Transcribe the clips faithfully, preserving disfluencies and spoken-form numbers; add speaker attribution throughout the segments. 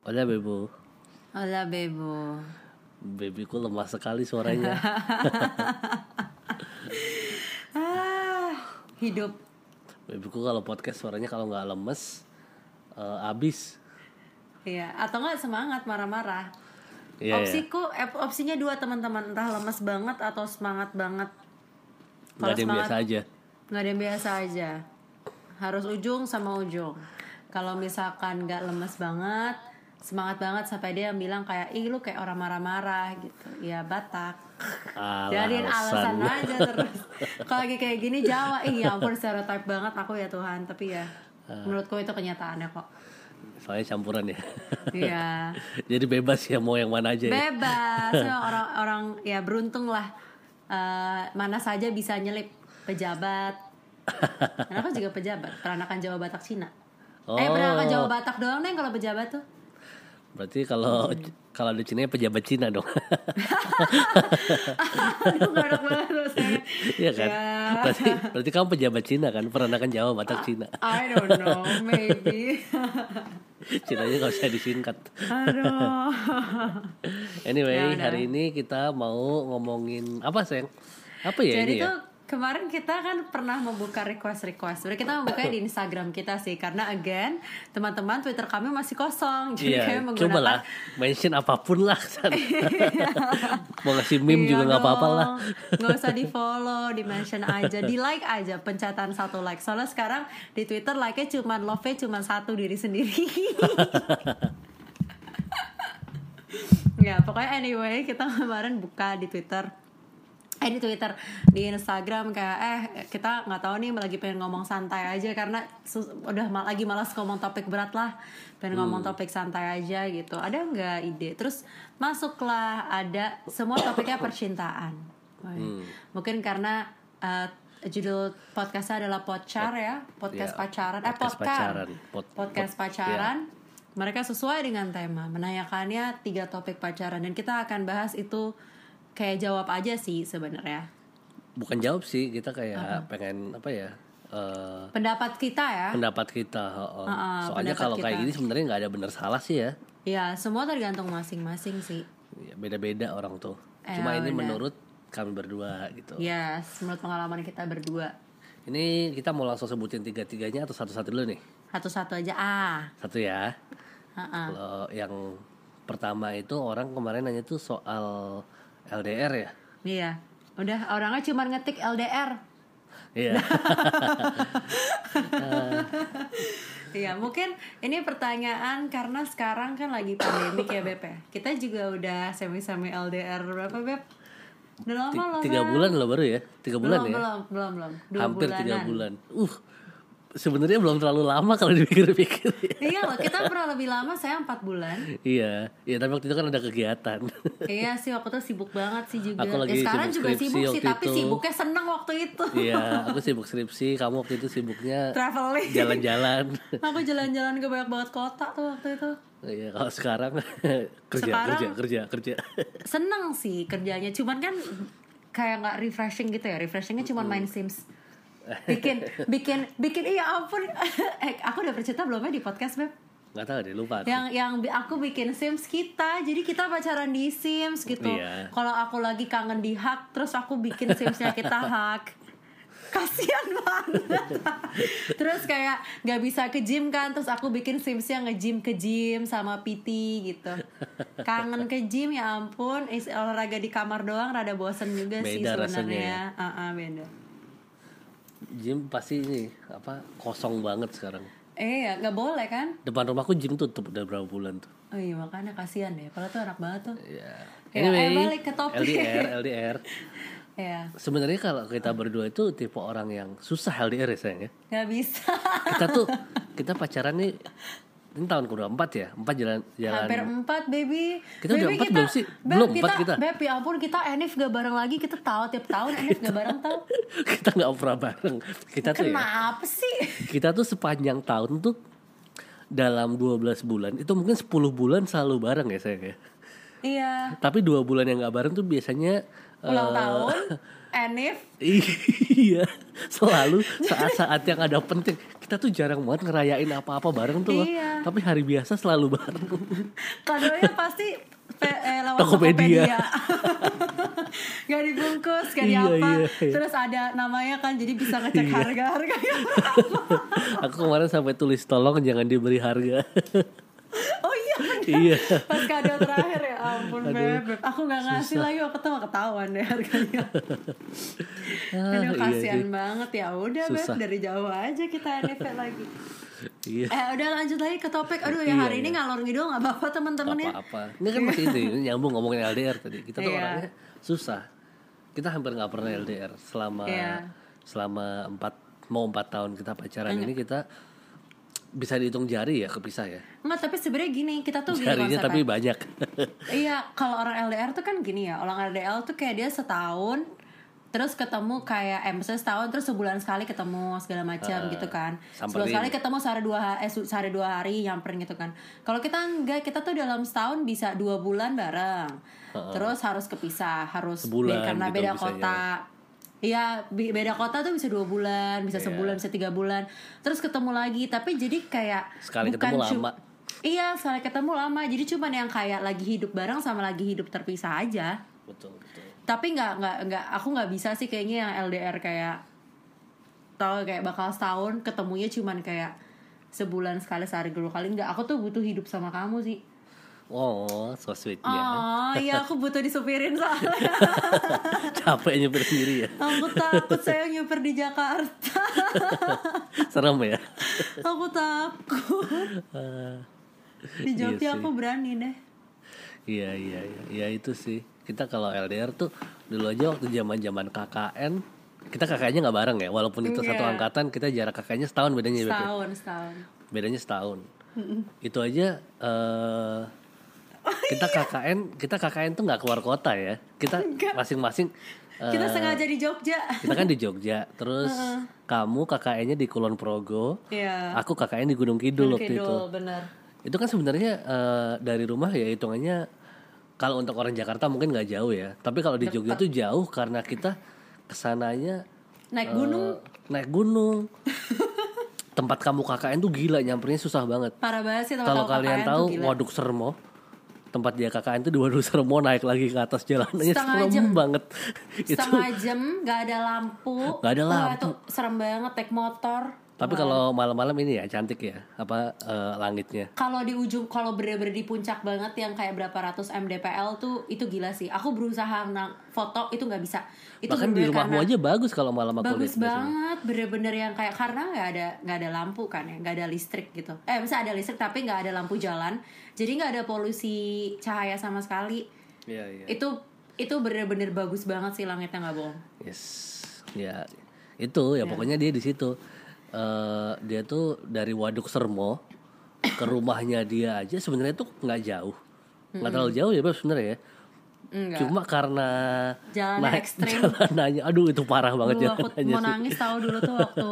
Speaker 1: Hola Bebo.
Speaker 2: Hola Bebo.
Speaker 1: Bebiku lemah sekali suaranya.
Speaker 2: ah, hidup.
Speaker 1: Bebiku kalau podcast suaranya kalau nggak lemes uh, abis.
Speaker 2: Iya, atau nggak semangat marah-marah.
Speaker 1: Iya,
Speaker 2: Opsiku, eh, opsinya dua teman-teman, entah lemes banget atau semangat banget.
Speaker 1: Nggak ada yang biasa aja.
Speaker 2: Nggak ada yang biasa aja. Harus ujung sama ujung. Kalau misalkan nggak lemes banget, semangat banget sampai dia yang bilang kayak ih lu kayak orang marah-marah gitu. Ya Batak. Jadiin alasan aja terus. Kalau lagi kayak gini Jawa, ih ya ampun stereotype banget aku ya Tuhan. Tapi ya menurutku itu kenyataannya kok.
Speaker 1: Soalnya campuran ya.
Speaker 2: Iya.
Speaker 1: Jadi bebas ya mau yang mana aja.
Speaker 2: Bebas. Ya, orang-orang ya beruntung lah. Uh, mana saja bisa nyelip pejabat. Kenapa juga pejabat? Peranakan Jawa Batak Cina. Oh. Eh peranakan Jawa Batak doang deh kalau pejabat tuh.
Speaker 1: Berarti kalau hmm. kalau di Cina pejabat Cina dong.
Speaker 2: Aduh garak banget rasanya.
Speaker 1: Iya kan? Ya. Berarti berarti kamu pejabat Cina kan? Peranakan Jawa Batak Cina.
Speaker 2: I don't know, maybe.
Speaker 1: Cinanya nggak usah disingkat.
Speaker 2: Aduh.
Speaker 1: Anyway, ya, hari ini kita mau ngomongin apa sayang? Apa ya
Speaker 2: Jadi
Speaker 1: ini
Speaker 2: tuh,
Speaker 1: ya?
Speaker 2: Kemarin kita kan pernah membuka request-request. Sebenarnya kita membukanya di Instagram kita sih, karena again teman-teman Twitter kami masih kosong. Jadi
Speaker 1: iya,
Speaker 2: kami menggunakan.
Speaker 1: Coba lah, mention apapun lah. Mau ngasih meme iya juga nggak apa-apa lah.
Speaker 2: Nggak usah di follow, di mention aja, di like aja, pencatan satu like. Soalnya sekarang di Twitter like-nya cuma love-nya cuma satu diri sendiri. Ya pokoknya anyway kita kemarin buka di Twitter. Eh di Twitter, di Instagram kayak eh kita nggak tahu nih lagi pengen ngomong santai aja karena sus- udah mal- lagi malas ngomong topik berat lah, pengen hmm. ngomong topik santai aja gitu. Ada nggak ide? Terus masuklah ada semua topiknya percintaan. Hmm. Mungkin karena uh, judul podcastnya adalah Podcar ya, podcast yeah. pacaran, eh
Speaker 1: podcast
Speaker 2: podcast
Speaker 1: pacaran, Pod-
Speaker 2: podcast
Speaker 1: pod-
Speaker 2: pacaran.
Speaker 1: Yeah.
Speaker 2: Mereka sesuai dengan tema, menanyakannya tiga topik pacaran dan kita akan bahas itu. Kayak jawab aja sih sebenarnya.
Speaker 1: Bukan jawab sih, kita kayak apa? pengen apa ya?
Speaker 2: Uh, pendapat kita ya.
Speaker 1: Pendapat kita. Uh, uh. Uh, Soalnya kalau kayak gini sebenarnya nggak ada benar salah sih ya.
Speaker 2: Ya semua tergantung masing-masing sih.
Speaker 1: Ya, beda-beda orang tuh. Eh, Cuma ini bener. menurut kami berdua gitu.
Speaker 2: Ya, yes, menurut pengalaman kita berdua.
Speaker 1: Ini kita mau langsung sebutin tiga-tiganya atau satu-satu dulu nih?
Speaker 2: Satu-satu aja ah.
Speaker 1: Satu ya.
Speaker 2: Uh-uh.
Speaker 1: Kalau yang pertama itu orang kemarin nanya tuh soal L D R ya?
Speaker 2: Iya. Udah orangnya cuma ngetik L D R.
Speaker 1: Iya.
Speaker 2: uh. Iya, mungkin ini pertanyaan karena sekarang kan lagi pandemik ya Beb ya. Kita juga udah semi-semi L D R berapa Beb? Udah lama loh.
Speaker 1: Tiga bulan loh baru ya? Tiga bulan
Speaker 2: belum,
Speaker 1: ya?
Speaker 2: Belum, belum, belum. Dua
Speaker 1: Hampir
Speaker 2: bulanan.
Speaker 1: tiga bulan. Uh. Sebenarnya belum terlalu lama kalau dipikir-pikir.
Speaker 2: Iya loh, kita pernah lebih lama, saya empat bulan.
Speaker 1: Iya, iya tapi waktu itu kan ada kegiatan.
Speaker 2: Iya sih, waktu itu sibuk banget sih juga.
Speaker 1: Aku lagi
Speaker 2: ya, sekarang
Speaker 1: sibuk
Speaker 2: juga sibuk sih,
Speaker 1: itu.
Speaker 2: tapi sibuknya seneng waktu itu.
Speaker 1: Iya, aku sibuk skripsi, kamu waktu itu sibuknya
Speaker 2: traveling,
Speaker 1: jalan-jalan.
Speaker 2: Aku jalan-jalan ke banyak banget kota tuh waktu itu.
Speaker 1: Iya, kalau sekarang kerja,
Speaker 2: sekarang,
Speaker 1: kerja, kerja, kerja.
Speaker 2: Seneng sih kerjanya, cuman kan kayak nggak refreshing gitu ya. Refreshingnya cuma main Sims. bikin bikin bikin iya ampun eh aku udah bercerita belum ya di podcast Beb?
Speaker 1: Nggak tahu deh, lupa aku.
Speaker 2: yang yang aku bikin Sims kita, jadi kita pacaran di Sims gitu.
Speaker 1: Iya.
Speaker 2: Kalau aku lagi kangen di hug, terus aku bikin Simsnya kita hug. Kasian banget. Terus kayak nggak bisa ke gym kan, terus aku bikin Simsnya nge-gym ke gym sama P T gitu. Kangen ke gym ya ampun, olahraga di kamar doang rada bosen juga beda sih sebenarnya. Uh -uh, beda.
Speaker 1: Gym pasti ini apa kosong banget sekarang.
Speaker 2: Eh ya nggak boleh kan?
Speaker 1: Depan rumahku gym tutup udah berapa bulan tuh.
Speaker 2: Oh iya makanya kasihan deh. Padahal tuh enak banget tuh.
Speaker 1: Iya.
Speaker 2: Anyway, ya, eh, balik ke topik.
Speaker 1: L D R, L D R.
Speaker 2: Iya.
Speaker 1: Sebenarnya kalau kita berdua itu tipe orang yang susah L D R ya sayang ya.
Speaker 2: Gak bisa.
Speaker 1: Kita tuh kita pacaran nih. Ini tahun kedua empat ya, empat jalan jalan.
Speaker 2: Hampir empat baby.
Speaker 1: Kita
Speaker 2: baby
Speaker 1: udah empat belum sih?
Speaker 2: Beb,
Speaker 1: belum
Speaker 2: kita,
Speaker 1: empat kita.
Speaker 2: Beb ya ampun kita Enif gak bareng lagi, kita tahu tiap tahun Enif gak bareng tahu.
Speaker 1: Kita nggak pernah bareng. Kita tuh
Speaker 2: kenapa
Speaker 1: ya,
Speaker 2: sih?
Speaker 1: Kita tuh sepanjang tahun tuh dalam dua belas bulan itu mungkin sepuluh bulan selalu bareng ya sayang ya.
Speaker 2: Iya.
Speaker 1: Tapi dua bulan yang nggak bareng tuh biasanya
Speaker 2: ulang
Speaker 1: uh,
Speaker 2: tahun. Enif.
Speaker 1: Iya, selalu saat-saat yang ada penting kita tuh jarang banget ngerayain apa-apa bareng tuh loh.
Speaker 2: Iya.
Speaker 1: Tapi hari biasa selalu bareng.
Speaker 2: Kadonya pasti pe- eh, lewat
Speaker 1: Tokopedia.
Speaker 2: Tokopedia. Gak dibungkus, gak
Speaker 1: Iya,
Speaker 2: diapa.
Speaker 1: iya, iya.
Speaker 2: Terus ada namanya kan, jadi bisa ngecek
Speaker 1: Iya.
Speaker 2: harga-harganya.
Speaker 1: Aku kemarin sampai tulis tolong jangan diberi harga.
Speaker 2: Oh iya bener.
Speaker 1: Iya.
Speaker 2: Pas kado terakhir ya ampun
Speaker 1: Aduh,
Speaker 2: beb. Aku gak ngasih lagi waktu itu mah ketahuan deh harganya.
Speaker 1: Ah,
Speaker 2: Aduh
Speaker 1: iya
Speaker 2: kasihan
Speaker 1: sih.
Speaker 2: banget ya. Udah beb,
Speaker 1: Susah.
Speaker 2: dari jauh aja kita N F L lagi.
Speaker 1: Iya.
Speaker 2: Eh udah lanjut lagi ke topik. Aduh ya
Speaker 1: Iya,
Speaker 2: hari ini
Speaker 1: iya.
Speaker 2: ngalor ngidul gak apa-apa teman-teman ya.
Speaker 1: Apa-apa. Ini kan masih itu ini nyambung ngomongin L D R tadi. Kita tuh
Speaker 2: Iya.
Speaker 1: orangnya susah. Kita hampir nggak pernah L D R selama
Speaker 2: Iya.
Speaker 1: selama empat mau empat tahun kita pacaran ini kita bisa dihitung jari ya kepisah ya.
Speaker 2: Enggak, tapi sebenarnya gini, kita tuh gini
Speaker 1: Jarinya
Speaker 2: konsepnya.
Speaker 1: tapi banyak.
Speaker 2: Iya, kalau orang L D R tuh kan gini ya. Orang L D R tuh kayak dia setahun terus ketemu kayak eh misalnya setahun terus sebulan sekali ketemu segala macam
Speaker 1: Uh,
Speaker 2: gitu kan.
Speaker 1: samperin.
Speaker 2: Sebulan sekali ketemu sehari dua ha- eh su- sehari dua hari nyamperin gitu kan. Kalau kita enggak, kita tuh dalam setahun bisa dua bulan bareng.
Speaker 1: Uh,
Speaker 2: Terus harus kepisah, harus
Speaker 1: Sebulan
Speaker 2: be- karena
Speaker 1: gitu
Speaker 2: beda
Speaker 1: bisa
Speaker 2: kota. Iya, be- beda kota tuh bisa dua bulan, bisa
Speaker 1: Iya.
Speaker 2: sebulan, bisa tiga bulan. Terus ketemu lagi, tapi jadi kayak
Speaker 1: Sekali
Speaker 2: bukan
Speaker 1: ketemu
Speaker 2: cu-
Speaker 1: lama.
Speaker 2: Iya, sekali ketemu lama. Jadi cuman yang kayak lagi hidup bareng sama lagi hidup terpisah aja.
Speaker 1: Betul, betul.
Speaker 2: Tapi nggak nggak nggak aku nggak bisa sih kayaknya yang L D R kayak tahu kayak bakal setahun ketemunya cuman kayak sebulan sekali sehari dua kali. Nggak, aku tuh butuh hidup sama kamu sih.
Speaker 1: Oh, so sweet ya.
Speaker 2: Oh iya, aku butuh disupirin soalnya.
Speaker 1: Capek nyupir sendiri ya.
Speaker 2: Aku takut saya nyuper di Jakarta.
Speaker 1: Serem ya.
Speaker 2: Aku takut.
Speaker 1: Ah,
Speaker 2: Di
Speaker 1: iya
Speaker 2: Jogja
Speaker 1: sih.
Speaker 2: aku berani deh.
Speaker 1: Iya, iya, iya. Ya itu sih. Kita kalau L D R tuh dulu aja waktu zaman-zaman K K N, kita K K N-nya nggak bareng ya. Walaupun itu satu
Speaker 2: Iya.
Speaker 1: angkatan, kita jarak K K N-nya setahun bedanya. Beb, ya?
Speaker 2: Setahun, setahun.
Speaker 1: Bedanya setahun. Itu aja eh kita K K N, kita K K N tuh nggak keluar kota ya. Kita masing-masing eh,
Speaker 2: Kita sengaja di Jogja.
Speaker 1: kita kan di Jogja. Terus kamu K K N-nya di Kulon Progo,
Speaker 2: Iya.
Speaker 1: aku K K N di Gunung Kidul waktu itu.
Speaker 2: Kidul, bener.
Speaker 1: Itu kan sebenarnya eh, dari rumah ya hitungannya kalau untuk orang Jakarta mungkin nggak jauh ya. Tapi kalau di Jogja tuh jauh karena kita kesananya
Speaker 2: Naik
Speaker 1: eh,
Speaker 2: gunung.
Speaker 1: naik gunung. Tempat kamu K K N tuh gila nyampernya susah banget.
Speaker 2: Parah banget sih tempat
Speaker 1: Kalau
Speaker 2: tahu
Speaker 1: kalian
Speaker 2: K K N
Speaker 1: tahu
Speaker 2: tuh gila.
Speaker 1: Waduk Sermo, tempat dia K K N tuh di Waduk Sermo naik lagi ke atas jalanannya
Speaker 2: Setengah
Speaker 1: serem
Speaker 2: jam.
Speaker 1: banget.
Speaker 2: Setengah jam nggak ada lampu.
Speaker 1: Nggak ada
Speaker 2: Wah,
Speaker 1: lampu.
Speaker 2: itu serem banget naik motor.
Speaker 1: Tapi kalau malam-malam ini ya cantik ya apa eh, langitnya.
Speaker 2: Kalau di ujung, kalau bener-bener di puncak banget yang kayak berapa ratus M D P L tuh itu gila sih. Aku berusaha nang foto itu nggak bisa. Itu
Speaker 1: Bahkan di
Speaker 2: bener-bener
Speaker 1: rumahmu
Speaker 2: karena
Speaker 1: aja bagus kalau malam aku lihat
Speaker 2: bagus
Speaker 1: biasanya.
Speaker 2: banget, bener-bener yang kayak karena nggak ada nggak ada lampu kan ya, nggak ada listrik gitu. Eh bisa ada listrik tapi nggak ada lampu jalan, jadi nggak ada polusi cahaya sama sekali.
Speaker 1: Iya, iya.
Speaker 2: Itu itu bener-bener bagus banget sih langitnya, nggak bohong.
Speaker 1: Yes. Ya itu ya pokoknya dia di situ. Eh, dia tuh dari Waduk Sermo ke rumahnya dia aja sebenarnya tuh nggak jauh, nggak terlalu jauh ya Beb sebenarnya ya.
Speaker 2: Enggak.
Speaker 1: Cuma karena
Speaker 2: Jalan
Speaker 1: naik
Speaker 2: ekstrim.
Speaker 1: jalanannya, aduh itu parah banget
Speaker 2: Dulu aku
Speaker 1: jalanannya
Speaker 2: mau
Speaker 1: sih.
Speaker 2: nangis tahu dulu tuh waktu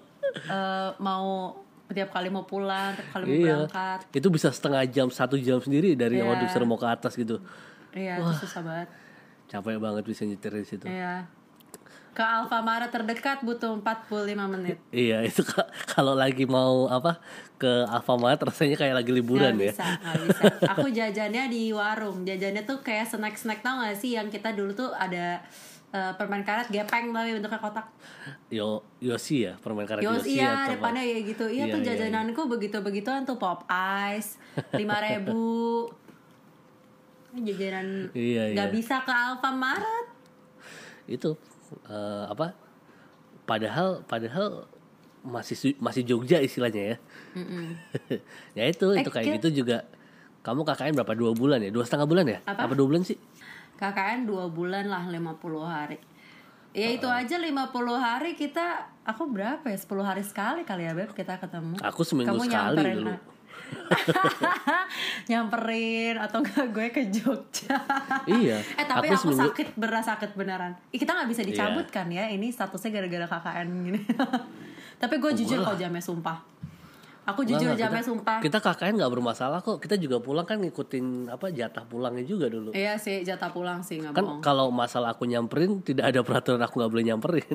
Speaker 2: eh, mau tiap kali mau pulang, tiap kali mau
Speaker 1: Iya,
Speaker 2: berangkat.
Speaker 1: itu bisa setengah jam, satu jam sendiri dari
Speaker 2: Iya.
Speaker 1: Waduk Sermo ke atas gitu.
Speaker 2: Iya, itu susah banget.
Speaker 1: Capek banget bisa nyetir di situ.
Speaker 2: Iya. Ke Alfamart terdekat butuh empat puluh lima menit.
Speaker 1: Iya, itu ka- kalau lagi mau apa ke Alfamart rasanya kayak lagi liburan
Speaker 2: Nggak
Speaker 1: ya.
Speaker 2: bisa, nggak bisa. Aku jajannya di warung. Jajannya tuh kayak snack-snack, tau gak sih yang kita dulu tuh ada eh, permen karet gepeng tapi bentuknya kotak.
Speaker 1: Yo, Yosi ya, permen karet
Speaker 2: Yos
Speaker 1: Yosi
Speaker 2: iya,
Speaker 1: atau apa?
Speaker 2: depannya ya gitu. Iya,
Speaker 1: Iya,
Speaker 2: tuh
Speaker 1: iya,
Speaker 2: jajananku begitu-begituan tuh pop ice lima ribu. Jajanan
Speaker 1: Iya,
Speaker 2: nggak
Speaker 1: iya.
Speaker 2: bisa ke Alfamart.
Speaker 1: Itu eh, apa? Padahal padahal masih su- masih Jogja istilahnya ya. Ya itu itu
Speaker 2: Eh,
Speaker 1: kayak
Speaker 2: kira-
Speaker 1: gitu juga. Kamu K K N berapa dua bulan ya? Dua setengah bulan ya?
Speaker 2: Apa?
Speaker 1: dua bulan sih?
Speaker 2: K K N dua bulan lah, lima puluh hari. Ya itu aja lima puluh hari kita. Aku berapa ya? sepuluh hari sekali kali ya Beb kita ketemu.
Speaker 1: Aku seminggu
Speaker 2: Kamu
Speaker 1: sekali
Speaker 2: nyamperin,
Speaker 1: dulu.
Speaker 2: nyamperin atau enggak gue ke Jogja.
Speaker 1: Iya.
Speaker 2: Eh tapi
Speaker 1: aku
Speaker 2: aku,
Speaker 1: seminggu-
Speaker 2: sakit, beneran sakit beneran. Ih, kita nggak bisa dicabut
Speaker 1: Iya.
Speaker 2: kan ya? Ini statusnya gara-gara K K N gini. Tapi gue jujur kok jamnya sumpah. Aku jujur
Speaker 1: Enggak,
Speaker 2: jamnya
Speaker 1: kita,
Speaker 2: sumpah.
Speaker 1: Kita K K N nggak bermasalah kok. Kita juga pulang kan ngikutin apa jatah pulangnya juga dulu.
Speaker 2: Iya sih, jatah pulang sih nggak
Speaker 1: Kan
Speaker 2: bohong.
Speaker 1: kalau masalah aku nyamperin tidak ada peraturan aku nggak boleh nyamperin.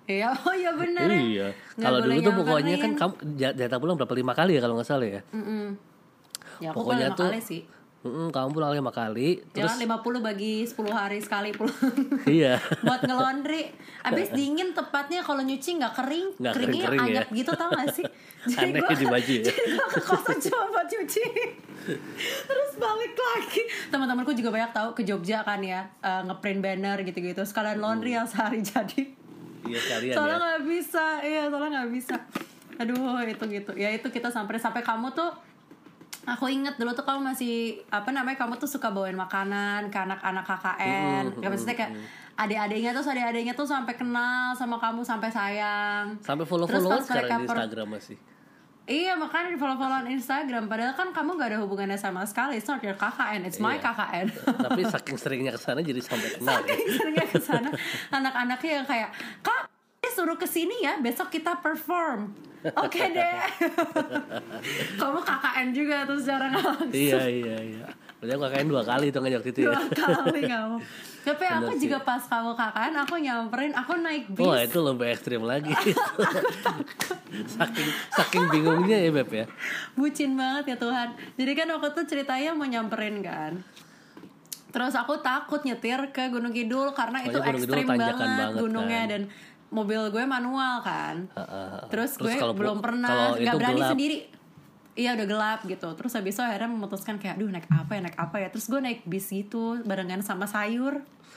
Speaker 2: Iya, oh iya benar ya.
Speaker 1: Iya.
Speaker 2: Nggak
Speaker 1: Kalau
Speaker 2: boleh
Speaker 1: dulu tuh pokoknya kan
Speaker 2: nyamperin.
Speaker 1: kamu ja- jatah pulang berapa lima kali ya kalau nggak salah ya.
Speaker 2: Mm-mm. Ya aku
Speaker 1: Pokoknya
Speaker 2: lima
Speaker 1: tuh
Speaker 2: kali sih.
Speaker 1: mm, kamu pulang lima kali
Speaker 2: Ya
Speaker 1: terus
Speaker 2: kan lima puluh bagi sepuluh hari sekali pulang.
Speaker 1: iya.
Speaker 2: Buat ngelondri. Abis dingin tepatnya kalau nyuci nggak kering,
Speaker 1: Nggak
Speaker 2: keringnya
Speaker 1: kering-kering ya.
Speaker 2: anyap gitu tau gak sih?
Speaker 1: Aneh
Speaker 2: gua-
Speaker 1: di baju ya.
Speaker 2: Jadi gue ke kosan cuma buat cuci. Terus balik lagi. Teman-temanku juga banyak tahu ke Jogja kan ya, uh, ngeprint banner gitu-gitu. Sekalian laundry yang sehari jadi.
Speaker 1: Iya sekalian
Speaker 2: Soalnya
Speaker 1: ya.
Speaker 2: nggak bisa, iya soalnya nggak bisa. Aduh itu gitu. Ya itu kita sampai sampai kamu tuh. Aku inget dulu tuh kamu masih apa namanya kamu tuh suka bawain makanan ke anak-anak K K N.
Speaker 1: Mm-hmm,
Speaker 2: Kayak maksudnya kayak adik-adiknya tuh adik-adiknya tuh sampai kenal sama kamu sampai sayang.
Speaker 1: Sampai
Speaker 2: Terus
Speaker 1: follow-followan
Speaker 2: pas
Speaker 1: sekarang
Speaker 2: mereka
Speaker 1: di
Speaker 2: per-
Speaker 1: Instagram masih.
Speaker 2: Iya makanya di follow-followan Instagram. Padahal kan kamu gak ada hubungannya sama sekali. It's not your K K N, it's my
Speaker 1: Iya.
Speaker 2: K K N.
Speaker 1: Tapi saking seringnya kesana jadi sampai kenal ya.
Speaker 2: Seringnya kesana anak-anaknya yang kayak kak eh, suruh kesini ya besok kita perform. Oke deh. Kamu K K N juga tuh secara nggak langsung.
Speaker 1: Iya iya iya. Berarti aku K K N dua kali tuh ngajak itu ya.
Speaker 2: Dua kali kamu. Tapi aku
Speaker 1: Bener sih.
Speaker 2: juga pas kamu K K N aku nyamperin, aku naik bis.
Speaker 1: Wah itu lebih ekstrim lagi. saking saking bingungnya ya Beb ya.
Speaker 2: Bucin banget ya Tuhan. Jadi kan waktu itu ceritanya mau nyamperin kan. Terus aku takut nyetir ke Gunung Kidul karena
Speaker 1: Soalnya
Speaker 2: itu
Speaker 1: Gunung Kidul
Speaker 2: ekstrim
Speaker 1: tanjakan
Speaker 2: banget,
Speaker 1: banget
Speaker 2: gunungnya
Speaker 1: kan.
Speaker 2: dan mobil gue manual kan.
Speaker 1: Uh, uh, uh.
Speaker 2: Terus,
Speaker 1: Terus
Speaker 2: gue
Speaker 1: kalau-
Speaker 2: belum
Speaker 1: kalau
Speaker 2: pernah,
Speaker 1: itu
Speaker 2: nggak berani
Speaker 1: gelap.
Speaker 2: sendiri. Iya udah gelap gitu. Terus habis itu akhirnya memutuskan kayak, aduh naik apa ya, naik apa ya. Terus gue naik bis gitu barengan sama sayur.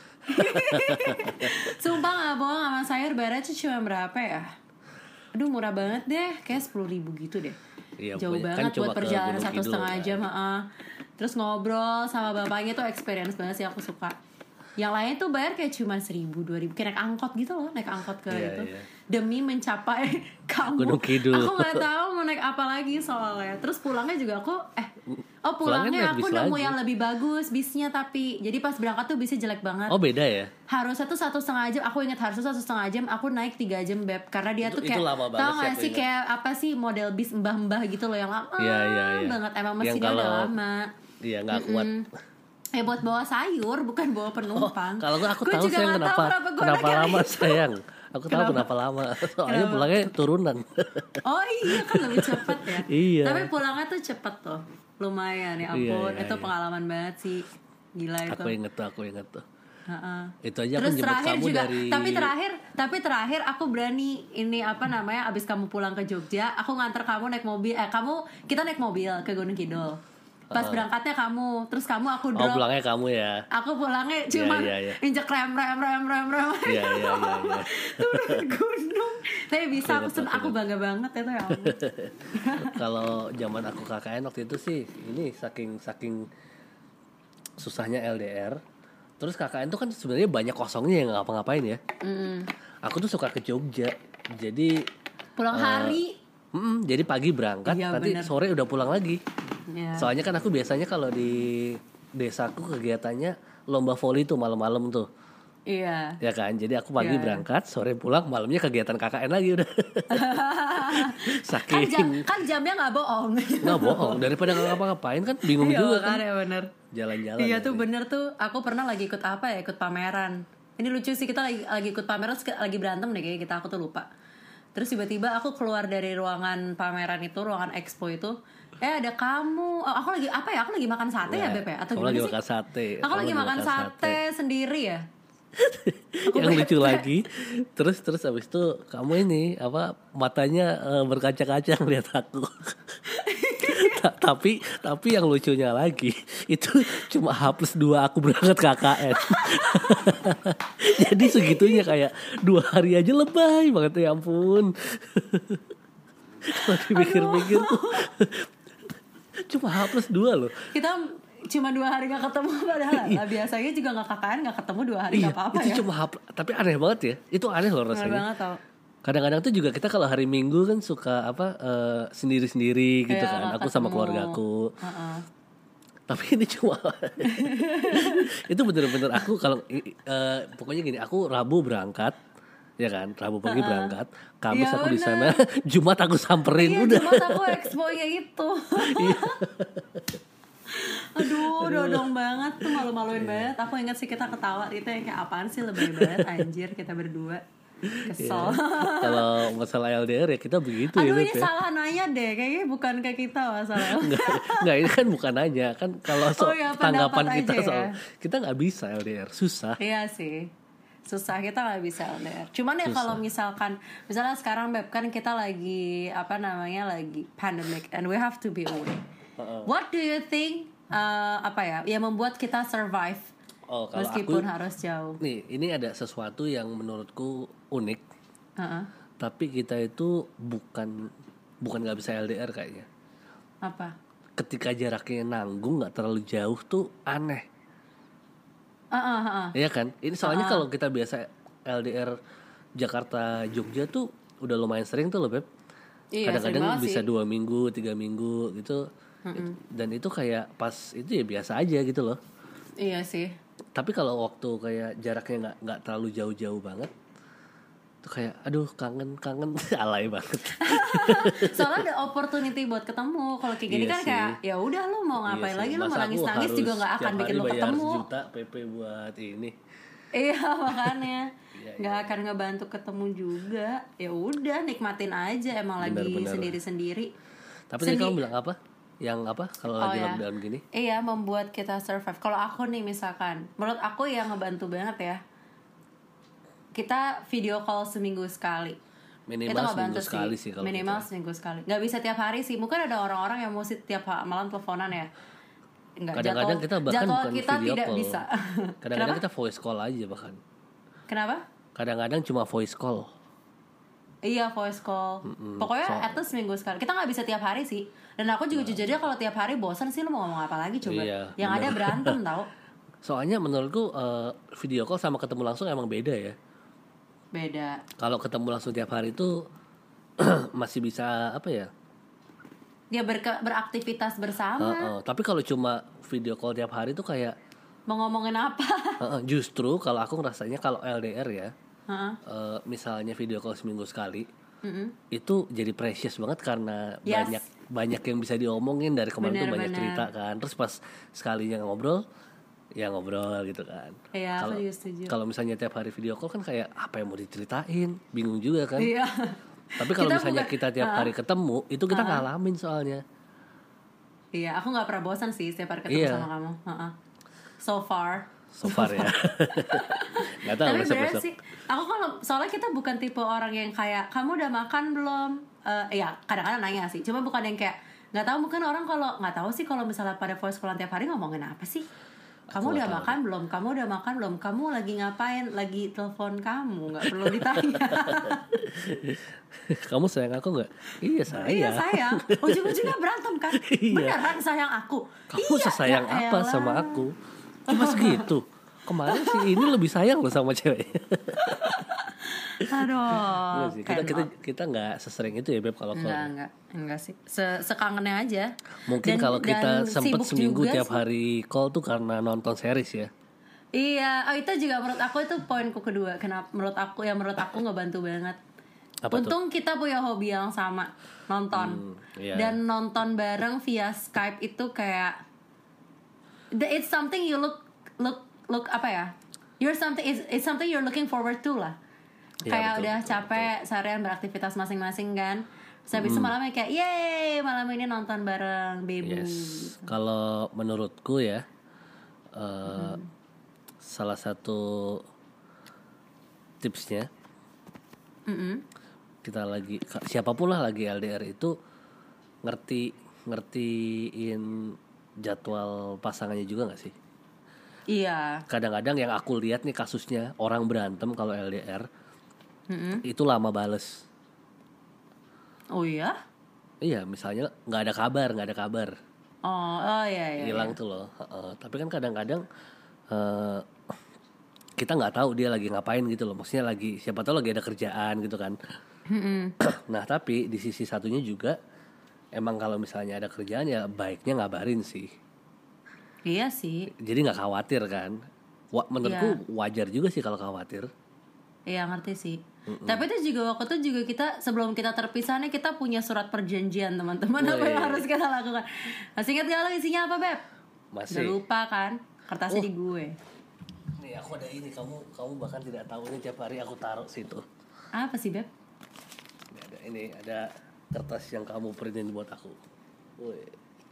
Speaker 2: Sumpah gak bohong, sama sayur bayarnya cuma berapa ya? Aduh murah banget deh, kayak sepuluh ribu gitu deh.
Speaker 1: Iya,
Speaker 2: Jauh
Speaker 1: pokoknya kan
Speaker 2: banget
Speaker 1: cuma
Speaker 2: buat
Speaker 1: ke
Speaker 2: perjalanan
Speaker 1: Gunung
Speaker 2: satu
Speaker 1: Kidul
Speaker 2: setengah
Speaker 1: kan.
Speaker 2: jam. heeh. Terus ngobrol sama bapaknya tuh experience banget sih, aku suka. Yang lain tuh bayar kayak cuma seribu, dua ribu, kayak naik angkot gitu loh, naik angkot ke
Speaker 1: Iya,
Speaker 2: itu
Speaker 1: iya.
Speaker 2: demi mencapai kamu.
Speaker 1: Gunung Kidul.
Speaker 2: Aku nggak tahu mau naik apa lagi soalnya. Terus pulangnya juga aku eh oh
Speaker 1: Pulangnya
Speaker 2: pulangnya
Speaker 1: naik
Speaker 2: aku
Speaker 1: bis
Speaker 2: nemu
Speaker 1: lagi.
Speaker 2: yang lebih bagus bisnya, tapi jadi pas berangkat tuh bisnya jelek banget.
Speaker 1: Oh beda ya?
Speaker 2: Harusnya tuh satu setengah jam, aku ingat harusnya satu setengah jam, aku naik tiga jam Beb, karena dia
Speaker 1: Itu-
Speaker 2: tuh
Speaker 1: itu
Speaker 2: kayak
Speaker 1: lama banget
Speaker 2: tau
Speaker 1: sih,
Speaker 2: gak
Speaker 1: aku
Speaker 2: sih
Speaker 1: ingat.
Speaker 2: kayak apa sih model bis mbah-mbah gitu loh yang lama
Speaker 1: Iya, iya, iya.
Speaker 2: banget, emang
Speaker 1: Yang
Speaker 2: mesinnya udah
Speaker 1: kalau-
Speaker 2: lama.
Speaker 1: Iya nggak kuat.
Speaker 2: Ya buat bawa sayur bukan bawa penumpang.
Speaker 1: Kalau nggak aku
Speaker 2: Gua
Speaker 1: tahu
Speaker 2: juga
Speaker 1: sayang
Speaker 2: nggak tahu
Speaker 1: kenapa
Speaker 2: kenapa, gua
Speaker 1: kenapa
Speaker 2: naik yang
Speaker 1: lama
Speaker 2: itu.
Speaker 1: sayang. Aku tahu
Speaker 2: Kenapa?
Speaker 1: kenapa lama. Soalnya
Speaker 2: Kenapa?
Speaker 1: pulangnya turunan.
Speaker 2: Oh iya kan lebih cepat ya.
Speaker 1: Iya.
Speaker 2: Tapi pulangnya tuh cepet tuh, lumayan ya
Speaker 1: Iya,
Speaker 2: ampun.
Speaker 1: iya,
Speaker 2: Itu
Speaker 1: iya.
Speaker 2: pengalaman banget sih, gila itu.
Speaker 1: Aku inget tuh, aku inget tuh.
Speaker 2: Ha-ha.
Speaker 1: Itu aja
Speaker 2: Terus
Speaker 1: aku jemput
Speaker 2: terakhir
Speaker 1: kamu
Speaker 2: juga,
Speaker 1: dari.
Speaker 2: tapi terakhir, tapi terakhir aku berani ini apa namanya, abis kamu pulang ke Jogja, aku nganter kamu naik mobil, eh kamu kita naik mobil ke Gunung Kidul. Pas berangkatnya kamu, terus kamu aku
Speaker 1: Oh
Speaker 2: drop.
Speaker 1: pulangnya kamu ya.
Speaker 2: Aku pulangnya cuma
Speaker 1: iya, iya.
Speaker 2: injek rem rem rem rem rem.
Speaker 1: Iya iya iya. iya.
Speaker 2: Turun gunung. Tapi bisa aku
Speaker 1: Ingat,
Speaker 2: sen- aku
Speaker 1: ingat.
Speaker 2: bangga banget itu ya. ampun.
Speaker 1: Kalau zaman aku K K N waktu itu sih, ini saking saking susahnya L D R. Terus K K N tuh kan sebenarnya banyak kosongnya yang nggak ngapa-ngapain ya.
Speaker 2: Mm.
Speaker 1: Aku tuh suka ke Jogja. Jadi
Speaker 2: Pulang hari.
Speaker 1: mm, jadi pagi berangkat,
Speaker 2: Iya,
Speaker 1: nanti
Speaker 2: bener.
Speaker 1: sore udah pulang lagi.
Speaker 2: Ya.
Speaker 1: Soalnya kan aku biasanya kalau di desaku kegiatannya lomba voli tuh malam-malam tuh.
Speaker 2: Iya.
Speaker 1: Ya kan, jadi aku pagi
Speaker 2: Iya.
Speaker 1: berangkat, sore pulang, malamnya kegiatan K K N lagi udah.
Speaker 2: Kan,
Speaker 1: Saking
Speaker 2: jam, kan jamnya nggak bohong.
Speaker 1: nggak bohong, daripada nggak ngapa-ngapain kan bingung
Speaker 2: Iya,
Speaker 1: juga kan.
Speaker 2: makanya bener.
Speaker 1: Jalan-jalan.
Speaker 2: Iya tuh
Speaker 1: nanti.
Speaker 2: bener tuh. Aku pernah lagi ikut apa ya? Ikut pameran. Ini lucu sih, kita lagi lagi ikut pameran, terus lagi berantem deh kayaknya kita, aku tuh lupa. Terus tiba-tiba aku keluar dari ruangan pameran itu, ruangan expo itu. Eh ada kamu. Oh, aku lagi apa ya? Aku lagi makan sate ya,
Speaker 1: Ya,
Speaker 2: Beb ya? Atau
Speaker 1: kamu
Speaker 2: gimana
Speaker 1: lagi
Speaker 2: sih?
Speaker 1: makan sate.
Speaker 2: Aku
Speaker 1: Kamu
Speaker 2: lagi makan sate, sendiri ya.
Speaker 1: Yang lucu lagi, terus terus abis itu kamu ini apa matanya eh, berkaca-kaca ngeliat aku. Ta- tapi tapi yang lucunya lagi itu cuma H plus dua aku berangkat K K N. Jadi segitunya kayak dua hari aja lebay banget ya ampun. Kalau dipikir-pikir tuh cuma H plus dua loh.
Speaker 2: Kita cuma dua hari gak ketemu padahal lah. Biasanya juga gak K K N gak ketemu dua hari
Speaker 1: Iya,
Speaker 2: gak apa-apa
Speaker 1: itu
Speaker 2: ya.
Speaker 1: cuma H- tapi aneh banget ya. Itu aneh loh
Speaker 2: Bener
Speaker 1: rasanya.
Speaker 2: banget tau.
Speaker 1: Kadang-kadang tuh juga kita kalau hari Minggu kan suka apa eh, sendiri-sendiri gitu
Speaker 2: Iya,
Speaker 1: kan.
Speaker 2: nggak
Speaker 1: Aku sama
Speaker 2: ketemu.
Speaker 1: keluargaku.
Speaker 2: Heeh.
Speaker 1: Tapi ini cuma itu bener-bener aku kalau eh, pokoknya gini, aku Rabu berangkat ya kan, Rabu pagi berangkat, Kamis
Speaker 2: Iya,
Speaker 1: aku di
Speaker 2: bener.
Speaker 1: sana, Jumat aku samperin
Speaker 2: Iya,
Speaker 1: udah.
Speaker 2: cuma aku expo-nya itu.
Speaker 1: Iya.
Speaker 2: Aduh, dodong banget tuh, malu-maluin banget. Aku ingat sih kita ketawa itu yang kayak apaan sih, lebay banget anjir kita berdua. Kesel.
Speaker 1: Kalau masalah L D R ya kita begitu
Speaker 2: Aduh
Speaker 1: ya,
Speaker 2: ini
Speaker 1: Beb, ya.
Speaker 2: salah nanya deh, kayaknya bukan ke kita masalah.
Speaker 1: Nggak, nggak, ini kan bukan nanya kan kalau so,
Speaker 2: Oh ya,
Speaker 1: tanggapan
Speaker 2: pendapat
Speaker 1: kita
Speaker 2: aja ya.
Speaker 1: soal kita nggak bisa L D R, susah.
Speaker 2: Iya sih, susah, kita nggak bisa L D R. Cuman ya kalau misalkan, misalnya sekarang Beb kan kita lagi apa namanya lagi pandemic and we have to be away.
Speaker 1: Uh-uh.
Speaker 2: What do you think? Uh, apa ya, yang membuat kita survive
Speaker 1: Oh, kalau
Speaker 2: meskipun
Speaker 1: aku,
Speaker 2: harus jauh.
Speaker 1: nih ini ada sesuatu yang menurutku unik,
Speaker 2: Uh-uh.
Speaker 1: tapi kita itu bukan bukan nggak bisa L D R kayaknya.
Speaker 2: Apa?
Speaker 1: Ketika jaraknya nanggung nggak terlalu jauh tuh aneh.
Speaker 2: Uh-uh, uh-uh.
Speaker 1: Iya kan? Ini soalnya kalau kita biasa L D R Jakarta Jogja tuh udah lumayan sering tuh loh, Beb.
Speaker 2: Iya,
Speaker 1: Kadang-kadang
Speaker 2: sering banget
Speaker 1: bisa
Speaker 2: sih.
Speaker 1: dua minggu, tiga minggu gitu. Dan itu kayak pas itu ya biasa aja gitu loh.
Speaker 2: Iya sih.
Speaker 1: Tapi kalau waktu kayak jaraknya nggak nggak terlalu jauh-jauh banget, tuh kayak aduh kangen kangen alay banget.
Speaker 2: Soalnya ada opportunity buat ketemu. Kalau kayak gini
Speaker 1: Iya
Speaker 2: kan
Speaker 1: sih.
Speaker 2: kayak ya udah lu mau ngapain
Speaker 1: Iya sih.
Speaker 2: lagi, lu mau
Speaker 1: Masa aku
Speaker 2: nangis-nangis
Speaker 1: harus
Speaker 2: juga nggak akan
Speaker 1: tiap
Speaker 2: bikin
Speaker 1: hari
Speaker 2: lu
Speaker 1: bayar
Speaker 2: ketemu.
Speaker 1: sejuta P P buat ini.
Speaker 2: Iya makanya
Speaker 1: Iya,
Speaker 2: nggak akan ngebantu ketemu juga. Ya udah nikmatin aja, emang lagi
Speaker 1: Benar-benar.
Speaker 2: sendiri-sendiri.
Speaker 1: Tapi tadi
Speaker 2: Sendi-
Speaker 1: kamu bilang apa? Yang apa? Kalau
Speaker 2: Oh
Speaker 1: lagi
Speaker 2: ya.
Speaker 1: lockdown gini?
Speaker 2: Iya, membuat kita survive. Kalau aku nih misalkan, menurut aku yang ngebantu banget ya, kita video call seminggu sekali.
Speaker 1: Minimal
Speaker 2: Itu nggak
Speaker 1: seminggu
Speaker 2: bantu
Speaker 1: sekali sih kalau
Speaker 2: Minimal
Speaker 1: kita.
Speaker 2: seminggu sekali. Nggak bisa tiap hari sih. Mungkin ada orang-orang yang mesti tiap ha- malam teleponan ya. Nggak,
Speaker 1: Kadang-kadang
Speaker 2: jadwal-
Speaker 1: kita bahkan
Speaker 2: jadwal
Speaker 1: bukan
Speaker 2: kita
Speaker 1: video
Speaker 2: tidak
Speaker 1: call.
Speaker 2: bisa.
Speaker 1: Kadang-kadang
Speaker 2: Kenapa?
Speaker 1: kita voice call aja bahkan.
Speaker 2: Kenapa?
Speaker 1: Kadang-kadang cuma voice call.
Speaker 2: Iya, voice call. Pokoknya
Speaker 1: So-
Speaker 2: at least seminggu sekali. Kita nggak bisa tiap hari sih. Dan aku juga jujurnya kalau tiap hari bosan sih, lu mau ngomong apa lagi coba?
Speaker 1: Iya,
Speaker 2: Yang ada
Speaker 1: bener.
Speaker 2: berantem tau.
Speaker 1: Soalnya menurutku eh, video call sama ketemu langsung emang beda ya.
Speaker 2: Beda.
Speaker 1: Kalau ketemu langsung tiap hari itu masih bisa apa ya?
Speaker 2: Dia berke- beraktivitas bersama.
Speaker 1: Heeh. Tapi kalau cuma video call tiap hari tuh kayak
Speaker 2: Mau ngomongin apa?
Speaker 1: heeh, justru kalau aku ngerasanya kalau L D R ya,
Speaker 2: Heeh.
Speaker 1: eh, misalnya video call seminggu sekali,
Speaker 2: Mm-mm.
Speaker 1: itu jadi precious banget karena
Speaker 2: Yes.
Speaker 1: banyak banyak yang bisa diomongin dari kemarin tuh
Speaker 2: Bener,
Speaker 1: banyak
Speaker 2: bener.
Speaker 1: cerita kan. Terus pas sekalinya ngobrol, ya ngobrol gitu kan.
Speaker 2: Iya, aku
Speaker 1: Kalau
Speaker 2: juga setuju.
Speaker 1: kalau misalnya tiap hari video call kan kayak apa yang mau diceritain, bingung juga kan.
Speaker 2: Iya.
Speaker 1: Tapi kalau
Speaker 2: Kita
Speaker 1: misalnya
Speaker 2: bukan-
Speaker 1: kita tiap hari ketemu, itu kita ngalamin soalnya.
Speaker 2: Iya, aku nggak pernah bosan sih setiap hari ketemu
Speaker 1: Iya.
Speaker 2: sama kamu. Heeh. So far.
Speaker 1: So far ya. Nggak tahu
Speaker 2: Tapi bener
Speaker 1: besok-besok.
Speaker 2: sih, aku kalau soalnya kita bukan tipe orang yang kayak kamu udah makan belum? Eh ya kadang-kadang nanya sih, cuma bukan yang kayak nggak tahu, mungkin orang kalau nggak tahu sih kalau misalnya pada voice call tiap hari ngomongin apa sih? Kamu
Speaker 1: Aku
Speaker 2: udah
Speaker 1: nggak tahu
Speaker 2: makan belum? Kamu udah makan belum? Kamu lagi ngapain? Lagi telepon kamu, nggak perlu ditanya.
Speaker 1: Kamu sayang aku nggak? Iya sayang.
Speaker 2: Iya sayang, ujung-ujungnya berantem kan?
Speaker 1: Iya.
Speaker 2: Beneran sayang aku.
Speaker 1: Kamu
Speaker 2: Iya,
Speaker 1: sesayang
Speaker 2: ya
Speaker 1: apa
Speaker 2: elah.
Speaker 1: sama aku? Cuma segitu. Kemarin si ini lebih sayang loh sama cewek.
Speaker 2: Aduh.
Speaker 1: Enggak sih, kita
Speaker 2: cannot.
Speaker 1: kita kita nggak sesering itu ya Beb kalau
Speaker 2: Enggak,
Speaker 1: call.
Speaker 2: enggak, enggak sih. Se Sekangennya aja.
Speaker 1: Mungkin
Speaker 2: Dan-
Speaker 1: kalau kita
Speaker 2: dan
Speaker 1: sempet
Speaker 2: sibuk
Speaker 1: seminggu
Speaker 2: juga
Speaker 1: tiap
Speaker 2: sih.
Speaker 1: hari call tuh karena nonton series ya.
Speaker 2: Iya, oh itu juga menurut aku itu poinku kedua. Kenapa menurut aku yang menurut aku ngebantu banget.
Speaker 1: Apa tuh?
Speaker 2: Untung kita punya hobi yang sama, nonton.
Speaker 1: Hmm, iya.
Speaker 2: Dan nonton bareng via Skype itu kayak the- it's something you look look look apa ya? You're something it's, it's something you're looking forward to lah.
Speaker 1: Iya,
Speaker 2: Kayak
Speaker 1: betul,
Speaker 2: udah
Speaker 1: betul,
Speaker 2: capek seharian beraktivitas masing-masing kan. Terus habis itu malamnya kayak yeay, malam ini nonton bareng Bebu.
Speaker 1: Yes. Kalau menurutku ya, eh, salah satu tipsnya
Speaker 2: Mm-mm.
Speaker 1: kita lagi siapapun lah lagi L D R itu ngerti ngertiin jadwal pasangannya juga nggak sih?
Speaker 2: Iya.
Speaker 1: Kadang-kadang yang aku lihat nih kasusnya orang berantem kalau L D R
Speaker 2: Mm-mm.
Speaker 1: itu lama bales.
Speaker 2: Oh iya?
Speaker 1: Iya, misalnya nggak ada kabar, nggak ada kabar,
Speaker 2: Oh, oh iya iya.
Speaker 1: hilang tuh loh. Heeh. Tapi kan kadang-kadang eh, kita nggak tahu dia lagi ngapain gitu loh. Maksudnya lagi siapa tahu lagi ada kerjaan gitu kan. Nah tapi di sisi satunya juga emang kalau misalnya ada kerjaan ya baiknya ngabarin sih.
Speaker 2: Iya sih.
Speaker 1: Jadi nggak khawatir kan. Wa- menurutku wajar juga sih kalau khawatir.
Speaker 2: Iya ngerti sih. Tapi itu juga waktu itu juga kita sebelum kita terpisah nih kita punya surat perjanjian teman-teman apa yang
Speaker 1: Wih.
Speaker 2: harus kita lakukan. Masih ingat gak lo isinya apa Beb? Udah
Speaker 1: Masih.
Speaker 2: lupa kan? Kertasnya
Speaker 1: Oh.
Speaker 2: di gue.
Speaker 1: Nih aku ada ini, kamu kamu bahkan tidak tahu ini tiap hari aku taruh situ.
Speaker 2: Apa sih, Beb?
Speaker 1: Ini ada ini ada kertas yang kamu printin buat aku. Woi.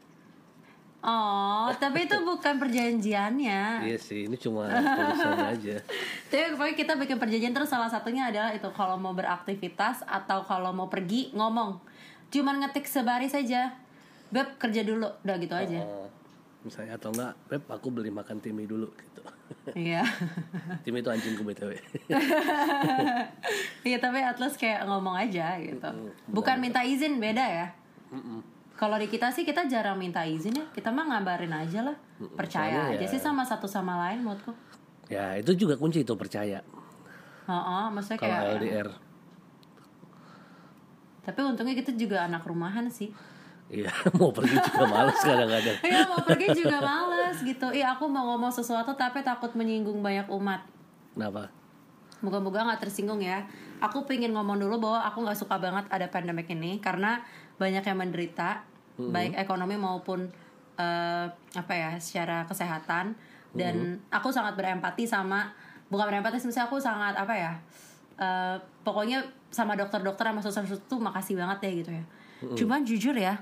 Speaker 2: Oh, tapi itu bukan perjanjiannya.
Speaker 1: Iya sih, ini cuma tulisan aja.
Speaker 2: Tapi pokoknya kita bikin perjanjian, terus salah satunya adalah itu kalau mau beraktivitas atau kalau mau pergi ngomong. Cuman ngetik sebaris saja. Beb kerja dulu, udah gitu aja.
Speaker 1: Oh, misalnya atau enggak, Beb aku beli makan Timmy dulu gitu.
Speaker 2: Iya.
Speaker 1: Timmy itu anjingku B T W.
Speaker 2: Iya, tapi at least kayak ngomong aja gitu. Bukan minta izin, beda ya. Kalau di kita sih kita jarang minta izin ya. Kita mah ngabarin aja lah. Percaya
Speaker 1: Soalnya
Speaker 2: aja
Speaker 1: ya-
Speaker 2: sih sama satu sama lain menurutku.
Speaker 1: Ya, itu juga kunci itu percaya.
Speaker 2: Heeh, maksudnya
Speaker 1: Kalau
Speaker 2: kayak
Speaker 1: L D R.
Speaker 2: tapi untungnya kita juga anak rumahan sih.
Speaker 1: Iya, mau pergi juga males kadang-kadang.
Speaker 2: Iya, mau pergi juga males gitu. Iya, aku mau ngomong sesuatu tapi takut menyinggung banyak umat.
Speaker 1: Kenapa?
Speaker 2: Moga-moga nggak tersinggung ya. Aku pengen ngomong dulu bahwa aku nggak suka banget ada pandemic ini karena banyak yang menderita, mm-hmm. baik ekonomi maupun uh, apa ya secara kesehatan. Dan mm-hmm. aku sangat berempati sama, bukan berempati sih, aku sangat apa ya, uh, pokoknya sama dokter-dokter sama suster-suster tuh makasih banget ya gitu ya. Mm-hmm. Cuman jujur ya,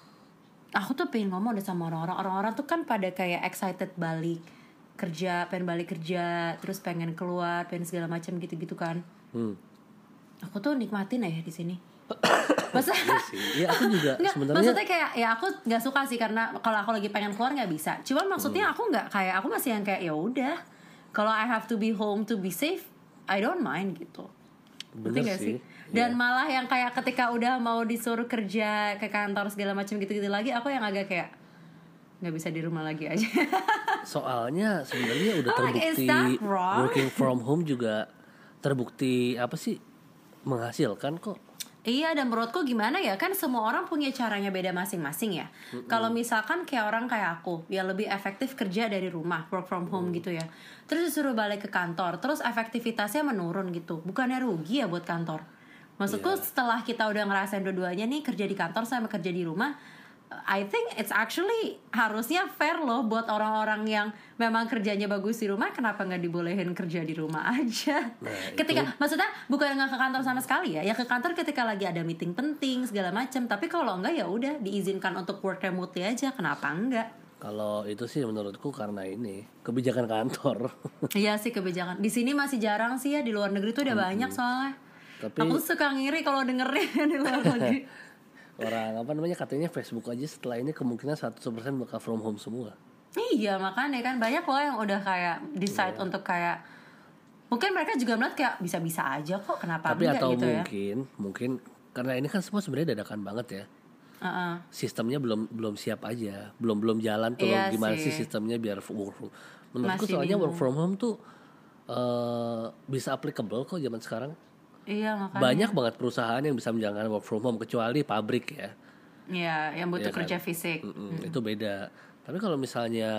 Speaker 2: aku tuh pengen ngomong deh sama orang-orang. Orang-orang tuh kan pada kayak excited balik kerja, pengen balik kerja, terus pengen keluar, pengen segala macam gitu-gitu kan. Hmm. Aku tuh nikmatin ya di sini. Masa?
Speaker 1: Iya sih. Iya, aku juga sebenarnya.
Speaker 2: Maksudnya kayak ya aku nggak suka sih karena kalau aku lagi pengen keluar nggak bisa. Cuman maksudnya hmm. aku nggak kayak aku masih yang kayak ya udah. Kalau I have to be home to be safe, I don't mind gitu.
Speaker 1: Bener
Speaker 2: gak
Speaker 1: sih.
Speaker 2: sih? Dan yeah. malah yang kayak ketika udah mau disuruh kerja ke kantor segala macam gitu-gitu lagi, aku yang agak kayak nggak bisa di rumah lagi aja.
Speaker 1: Soalnya sebenarnya udah terbukti
Speaker 2: oh,
Speaker 1: working from home juga terbukti apa sih menghasilkan kok.
Speaker 2: Iya, dan menurutku gimana ya, kan semua orang punya caranya beda masing-masing ya. Mm-hmm. Kalau misalkan kayak orang kayak aku yang lebih efektif kerja dari rumah, work from home mm. gitu ya, terus disuruh balik ke kantor, terus efektivitasnya menurun gitu, bukannya rugi ya buat kantor? Maksudku yeah. setelah kita udah ngerasain dua-duanya nih, kerja di kantor sama kerja di rumah, I think it's actually harusnya fair loh buat orang-orang yang memang kerjanya bagus di rumah, kenapa nggak dibolehin kerja di rumah aja? Nah, ketika itu... maksudnya bukan nggak ke kantor sama sekali ya, ya ke kantor ketika lagi ada meeting penting segala macam. Tapi kalau enggak ya udah diizinkan untuk work remotely aja, kenapa enggak?
Speaker 1: Kalau itu sih menurutku karena ini kebijakan kantor.
Speaker 2: Iya sih kebijakan. Di sini masih jarang sih ya, di luar negeri tuh udah mm-hmm. banyak soalnya. Tapi... aku suka ngiri kalau dengerin di luar negeri.
Speaker 1: Orang apa namanya katanya Facebook aja setelah ini kemungkinan seratus persen bakal from home semua.
Speaker 2: Iya makanya kan banyak loh yang udah kayak decide yeah. untuk kayak mungkin mereka juga melihat kayak bisa-bisa aja kok, kenapa
Speaker 1: tapi
Speaker 2: enggak
Speaker 1: atau
Speaker 2: gitu ya.
Speaker 1: mungkin mungkin karena ini kan semua sebenarnya dadakan banget ya. Uh-uh. Sistemnya belum belum siap aja, belum belum jalan tuh iya gimana sih. sih sistemnya biar work from. Menurutku soalnya bingung. Work from home tuh uh, bisa applicable kok zaman sekarang.
Speaker 2: Iya makanya.
Speaker 1: Banyak banget perusahaan yang bisa menjalankan work from home kecuali pabrik ya.
Speaker 2: Iya, yang butuh ya kerja kan? Fisik.
Speaker 1: Mm-mm, hmm. Itu beda. Tapi kalau misalnya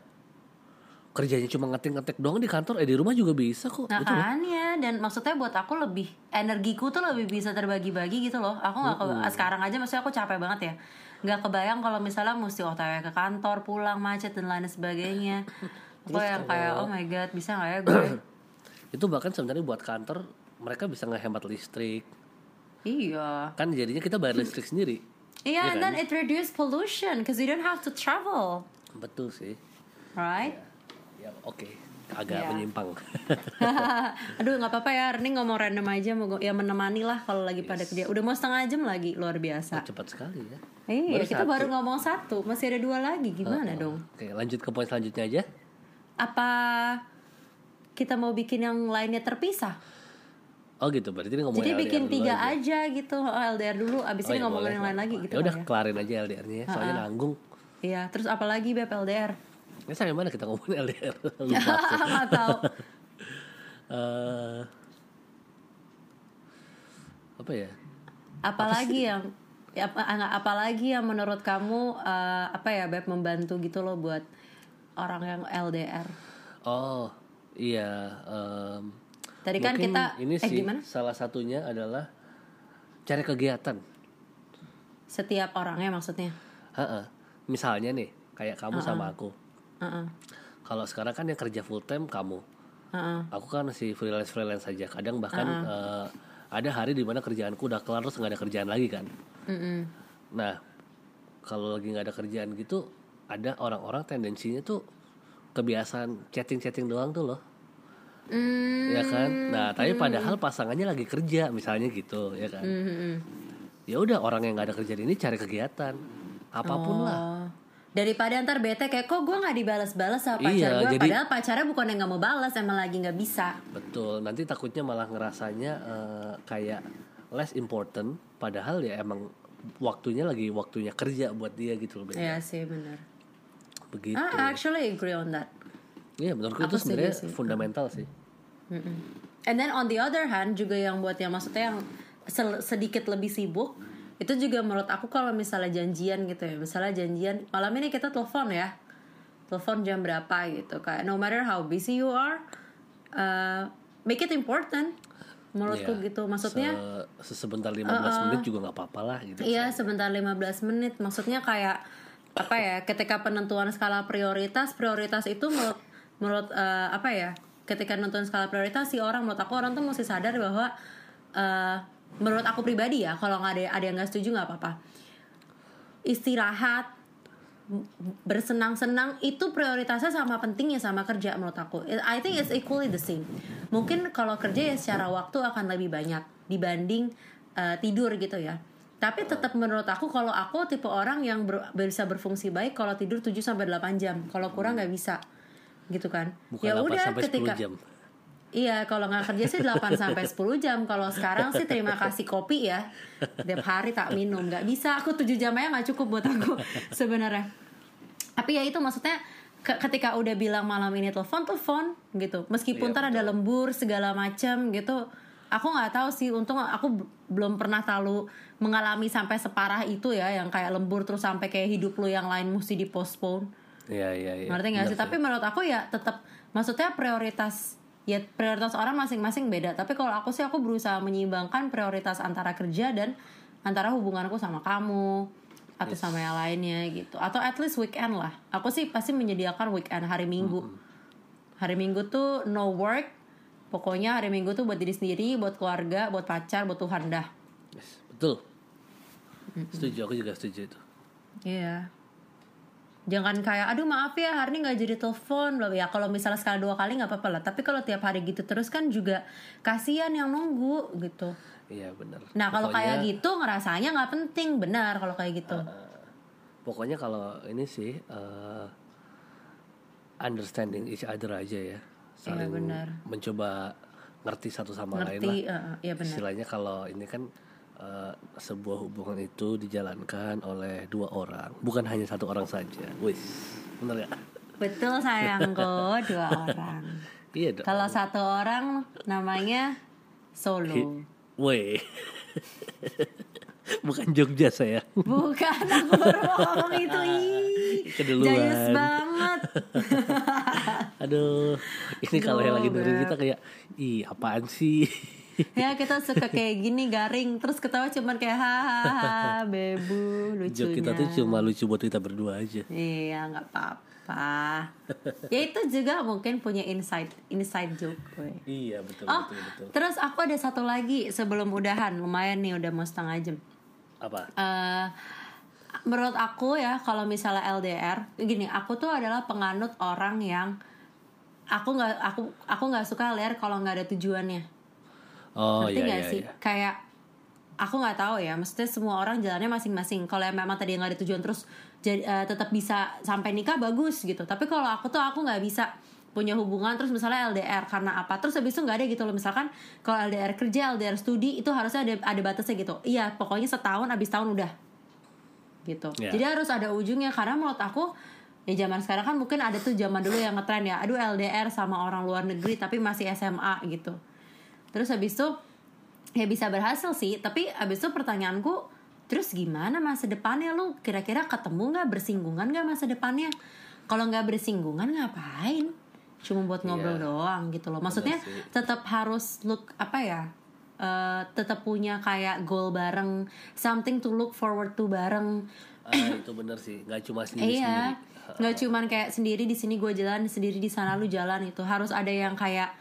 Speaker 1: kerjanya cuma ngetik-ngetik doang di kantor, eh di rumah juga bisa kok.
Speaker 2: Nah kan ya, dan maksudnya buat aku lebih energiku tuh lebih bisa terbagi-bagi gitu loh. Aku nggak mm-hmm. ke- sekarang aja maksudnya aku capek banget ya. Nggak kebayang kalau misalnya mesti O T W ke kantor, pulang macet dan lain sebagainya. Aku yang kayak oh my god bisa nggak ya gue?
Speaker 1: Itu bahkan sebenarnya buat kantor mereka bisa ngehemat listrik.
Speaker 2: Iya.
Speaker 1: Kan jadinya kita bayar listrik sendiri.
Speaker 2: Iya, yeah, and kan? Then it reduce pollution because you don't have to travel.
Speaker 1: Betul sih.
Speaker 2: Right?
Speaker 1: Ya, ya oke. Okay. Agak yeah. menyimpang.
Speaker 2: Aduh, nggak apa-apa ya. Ini ngomong random aja, mau ya menemani lah kalau lagi yes. pada kerja. Udah mau setengah jam lagi, luar biasa.
Speaker 1: Oh, cepat sekali ya.
Speaker 2: Iya, baru kita satu. Baru ngomong satu, masih ada dua lagi. Gimana uh, uh. dong?
Speaker 1: Oke, lanjut ke poin selanjutnya aja.
Speaker 2: Apa kita mau bikin yang lainnya terpisah?
Speaker 1: Oh gitu, berarti ini ngomongin
Speaker 2: jadi
Speaker 1: L D R
Speaker 2: bikin tiga
Speaker 1: aja.
Speaker 2: aja gitu, oh, L D R dulu, abis oh, ini ya ngomongin boleh, yang lain lagi gitu.
Speaker 1: Ya udah
Speaker 2: ya.
Speaker 1: Kelarin aja L D R-nya, soalnya uh-uh. nanggung.
Speaker 2: Iya, terus apa lagi Beb L D R?
Speaker 1: Ini sampai mana kita ngomongin L D R?
Speaker 2: Nggak tahu.
Speaker 1: uh, apa ya?
Speaker 2: Apalagi apa yang, ya, apalagi yang menurut kamu uh, apa ya Beb membantu gitu loh buat orang yang L D R?
Speaker 1: Oh iya. Um,
Speaker 2: Tadi kan kita
Speaker 1: ini
Speaker 2: eh,
Speaker 1: sih
Speaker 2: gimana?
Speaker 1: Salah satunya adalah cari kegiatan.
Speaker 2: Setiap orangnya maksudnya?
Speaker 1: Ha-ha. Misalnya nih, kayak kamu uh-uh. sama aku.
Speaker 2: Uh-uh.
Speaker 1: Kalau sekarang kan yang kerja full time kamu.
Speaker 2: Uh-uh.
Speaker 1: Aku kan masih freelance freelance saja. Kadang bahkan uh-uh. uh, ada hari dimana kerjaanku udah kelar terus nggak ada kerjaan lagi kan.
Speaker 2: Mm-mm.
Speaker 1: Nah kalau lagi nggak ada kerjaan gitu, ada orang-orang tendensinya tuh kebiasaan chatting-chatting doang tuh loh.
Speaker 2: Mm.
Speaker 1: Ya kan. Nah tapi padahal pasangannya lagi kerja misalnya gitu ya kan.
Speaker 2: Mm-hmm.
Speaker 1: Ya udah, orang yang nggak ada kerjaan ini cari kegiatan apapun
Speaker 2: Oh.
Speaker 1: lah.
Speaker 2: Daripada ntar bete kayak kok gue nggak dibalas-balas sama pacar
Speaker 1: Iya,
Speaker 2: gue,
Speaker 1: jadi-
Speaker 2: padahal pacarnya bukan yang nggak mau balas, emang lagi nggak bisa.
Speaker 1: Betul, nanti takutnya malah ngerasanya eh, kayak less important, padahal ya emang waktunya lagi waktunya kerja buat dia gitu loh.
Speaker 2: Iya sih benar.
Speaker 1: Begitu.
Speaker 2: Ah, actually agree on that.
Speaker 1: Iya, menurutku
Speaker 2: Aku
Speaker 1: itu sebenarnya
Speaker 2: setuju sih.
Speaker 1: fundamental sih.
Speaker 2: And then on the other hand juga yang buat yang maksudnya yang sel- sedikit lebih sibuk, itu juga menurut aku kalau misalnya janjian gitu ya, misalnya janjian malam ini kita telepon ya, telepon jam berapa gitu, kayak no matter how busy you are, uh, make it important menurutku
Speaker 1: Iya,
Speaker 2: gitu. Maksudnya
Speaker 1: se- sebentar lima belas menit juga nggak apa-apa lah gitu.
Speaker 2: iya sebentar lima belas menit, maksudnya kayak apa ya, ketika penentuan skala prioritas, prioritas itu menurut menurut uh, apa ya, ketika nentuin skala prioritas si orang, menurut aku orang tuh mesti sadar bahwa uh, menurut aku pribadi ya, kalau nggak ada ada yang nggak setuju nggak apa-apa, istirahat, bersenang-senang itu prioritasnya sama pentingnya sama kerja menurut aku. I think it's equally the same. Mungkin kalau kerja ya secara waktu akan lebih banyak dibanding uh, tidur gitu ya. Tapi tetap menurut aku, kalau aku tipe orang yang ber, bisa berfungsi baik kalau tidur tujuh sampai delapan jam. Kalau kurang nggak bisa. Gitu kan.
Speaker 1: Bukan
Speaker 2: Ya
Speaker 1: delapan
Speaker 2: udah
Speaker 1: sampai
Speaker 2: ketika
Speaker 1: sepuluh jam.
Speaker 2: Iya, kalau nggak kerja sih delapan sampai sepuluh jam. Kalau sekarang sih terima kasih kopi ya. Tiap hari tak minum, nggak bisa. Aku tujuh jam aja nggak cukup buat aku sebenarnya. Tapi ya itu maksudnya ke- ketika udah bilang malam ini telepon telepon gitu. Meskipun
Speaker 1: Iya,
Speaker 2: ntar ada lembur segala macam gitu. Aku nggak tahu sih. Untung aku b- belum pernah terlalu mengalami sampai separah itu ya, yang kayak lembur terus sampai kayak hidup lu yang lain mesti dipostpone.
Speaker 1: Iya, iya, iya.
Speaker 2: Ngerti nggak sih?
Speaker 1: Benar
Speaker 2: Tapi menurut aku ya tetap, maksudnya prioritas ya prioritas orang masing-masing beda. Tapi kalau aku sih aku berusaha menyeimbangkan prioritas antara kerja dan antara hubunganku sama kamu atau sama yang lainnya gitu. Atau at least weekend lah. Aku sih pasti menyediakan weekend hari Minggu. Hari Minggu tuh no work. Pokoknya hari Minggu tuh buat diri sendiri, buat keluarga, buat pacar, buat Tuhan dah.
Speaker 1: Yes, betul. Setuju, aku juga setuju itu.
Speaker 2: Iya. Jangan kayak aduh maaf ya hari ini nggak jadi telepon loh ya, kalau misalnya sekali dua kali nggak apa-apa lah, tapi kalau tiap hari gitu terus kan juga kasihan yang nunggu gitu.
Speaker 1: Iya benar.
Speaker 2: Nah kalau
Speaker 1: Pokoknya-
Speaker 2: kayak gitu ngerasanya nggak penting, benar kalau kayak gitu.
Speaker 1: Pokoknya kalau ini sih uh, understanding each other aja ya, saling
Speaker 2: benar.
Speaker 1: mencoba ngerti satu sama lain
Speaker 2: Ngerti,
Speaker 1: lah.
Speaker 2: uh, iya benar.
Speaker 1: Istilahnya kalau ini kan uh, sebuah hubungan itu dijalankan oleh dua orang, bukan hanya satu orang saja. Wis, benar ya?
Speaker 2: Betul sayangku, dua orang.
Speaker 1: Iya dong.
Speaker 2: Kalau satu orang namanya solo.
Speaker 1: Woi. Bukan Jogja saya.
Speaker 2: Bukan, aku baru mau ngomong itu. Ih,
Speaker 1: Keduluan.
Speaker 2: jayus banget.
Speaker 1: Aduh, ini kalau yang lagi dengerin kita kayak, ih apaan sih?
Speaker 2: Ya kita suka kayak gini garing, terus ketawa cuman kayak hahaha bebu lucunya.
Speaker 1: Joke kita tuh cuma lucu buat kita berdua aja.
Speaker 2: Iya nggak apa-apa. Ya itu juga mungkin punya inside inside joke gue.
Speaker 1: Iya betul
Speaker 2: Oh
Speaker 1: betul betul.
Speaker 2: terus aku ada satu lagi sebelum udahan, lumayan nih udah mau setengah jam.
Speaker 1: Apa?
Speaker 2: Eh, menurut aku ya kalau misalnya L D R gini, aku tuh adalah penganut orang yang aku nggak aku aku nggak suka L D R kalau nggak ada tujuannya.
Speaker 1: Oh
Speaker 2: Ngerti
Speaker 1: iya
Speaker 2: nggak
Speaker 1: iya.
Speaker 2: sih?
Speaker 1: iya.
Speaker 2: Kayak aku nggak tahu ya, maksudnya semua orang jalannya masing-masing. Kalau yang memang tadi nggak ada tujuan terus jadi, uh, tetap bisa sampai nikah bagus gitu. Tapi kalau aku tuh aku nggak bisa punya hubungan terus misalnya L D R karena apa? Terus habis itu nggak ada gitu loh. Misalkan kalau L D R kerja, L D R studi itu harusnya ada ada batasnya gitu. Iya, pokoknya setahun habis tahun udah gitu.
Speaker 1: Ya.
Speaker 2: Jadi harus ada ujungnya, karena menurut aku ya zaman sekarang kan mungkin ada tuh zaman dulu yang ngetren ya, aduh L D R sama orang luar negeri tapi masih S M A gitu. Terus habis itu ya bisa berhasil sih, tapi habis itu pertanyaanku, terus gimana masa depannya lu? Kira-kira ketemu nggak, bersinggungan nggak masa depannya? Kalau nggak bersinggungan ngapain? Cuma buat ngobrol
Speaker 1: Iya.
Speaker 2: doang gitu loh. Maksudnya
Speaker 1: Bener sih.
Speaker 2: tetap harus look apa ya? Uh, tetap punya kayak goal bareng, something to look forward to bareng.
Speaker 1: Ah, itu bener sih, nggak cuma sendiri
Speaker 2: Iya,
Speaker 1: sendiri.
Speaker 2: nggak cuman kayak sendiri di sini gue jalan, sendiri di sana lu jalan, itu harus ada yang kayak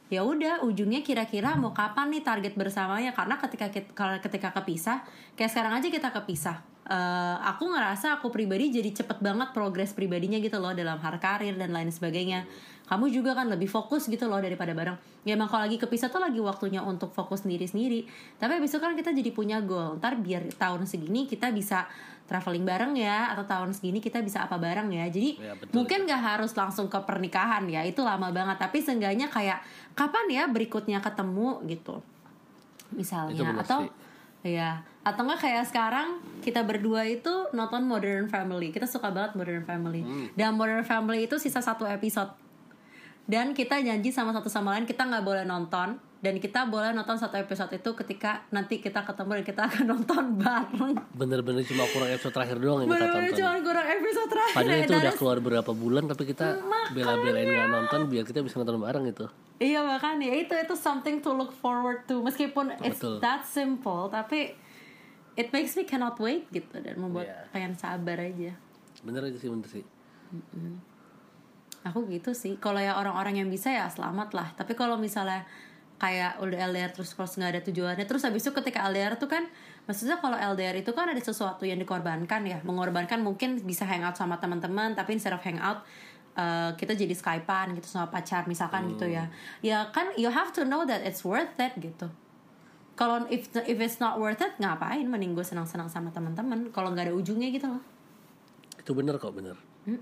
Speaker 2: ya udah ujungnya kira-kira mau kapan nih target bersamanya, karena ketika kita, ketika kepisah kayak sekarang aja kita kepisah, uh, aku ngerasa aku pribadi jadi cepet banget progres pribadinya gitu loh dalam hal karir dan lain sebagainya. Kamu juga kan lebih fokus gitu loh daripada bareng. Ya emang kalau lagi kepisah tuh lagi waktunya untuk fokus sendiri-sendiri. Tapi abis itu kan kita jadi punya goal, ntar biar tahun segini kita bisa traveling bareng ya, atau tahun segini kita bisa apa bareng ya. Jadi ya, mungkin gak harus langsung ke pernikahan ya, itu lama banget. Tapi seenggaknya kayak kapan ya berikutnya ketemu gitu misalnya. Atau sih. Ya, atau enggak kayak sekarang kita berdua itu nonton Modern Family. Kita suka banget Modern Family. hmm. Dan Modern Family itu sisa satu episode, dan kita janji sama satu sama lain kita nggak boleh nonton, dan kita boleh nonton satu episode itu ketika nanti kita ketemu dan kita akan nonton bareng.
Speaker 1: Bener-bener cuma kurang episode terakhir doang yang kita tonton.
Speaker 2: Bener-bener cuma kurang episode terakhir.
Speaker 1: Padahal itu udah keluar berapa bulan, tapi kita bela-belain nggak nonton biar kita bisa nonton bareng itu.
Speaker 2: Iya makanya itu itu something to look forward to, meskipun it's Betul. That simple, tapi it makes me cannot wait gitu, dan membuat yeah. pengen sabar aja.
Speaker 1: Bener itu sih, bener sih.
Speaker 2: Mm-mm. Aku gitu sih. Kalau ya orang-orang yang bisa ya selamat lah. Tapi kalau misalnya kayak udah L D R terus terus nggak ada tujuannya, terus habis itu ketika L D R tuh kan, maksudnya kalau L D R itu kan ada sesuatu yang dikorbankan ya. Mengorbankan mungkin bisa hangout sama teman-teman, tapi instead of hangout uh, kita jadi Skypean gitu sama pacar misalkan hmm. gitu ya. Ya kan you have to know that it's worth it gitu. Kalau if if it's not worth it, ngapain? Mending gue senang-senang sama teman-teman kalau nggak ada ujungnya gitu loh.
Speaker 1: Itu bener kok, bener.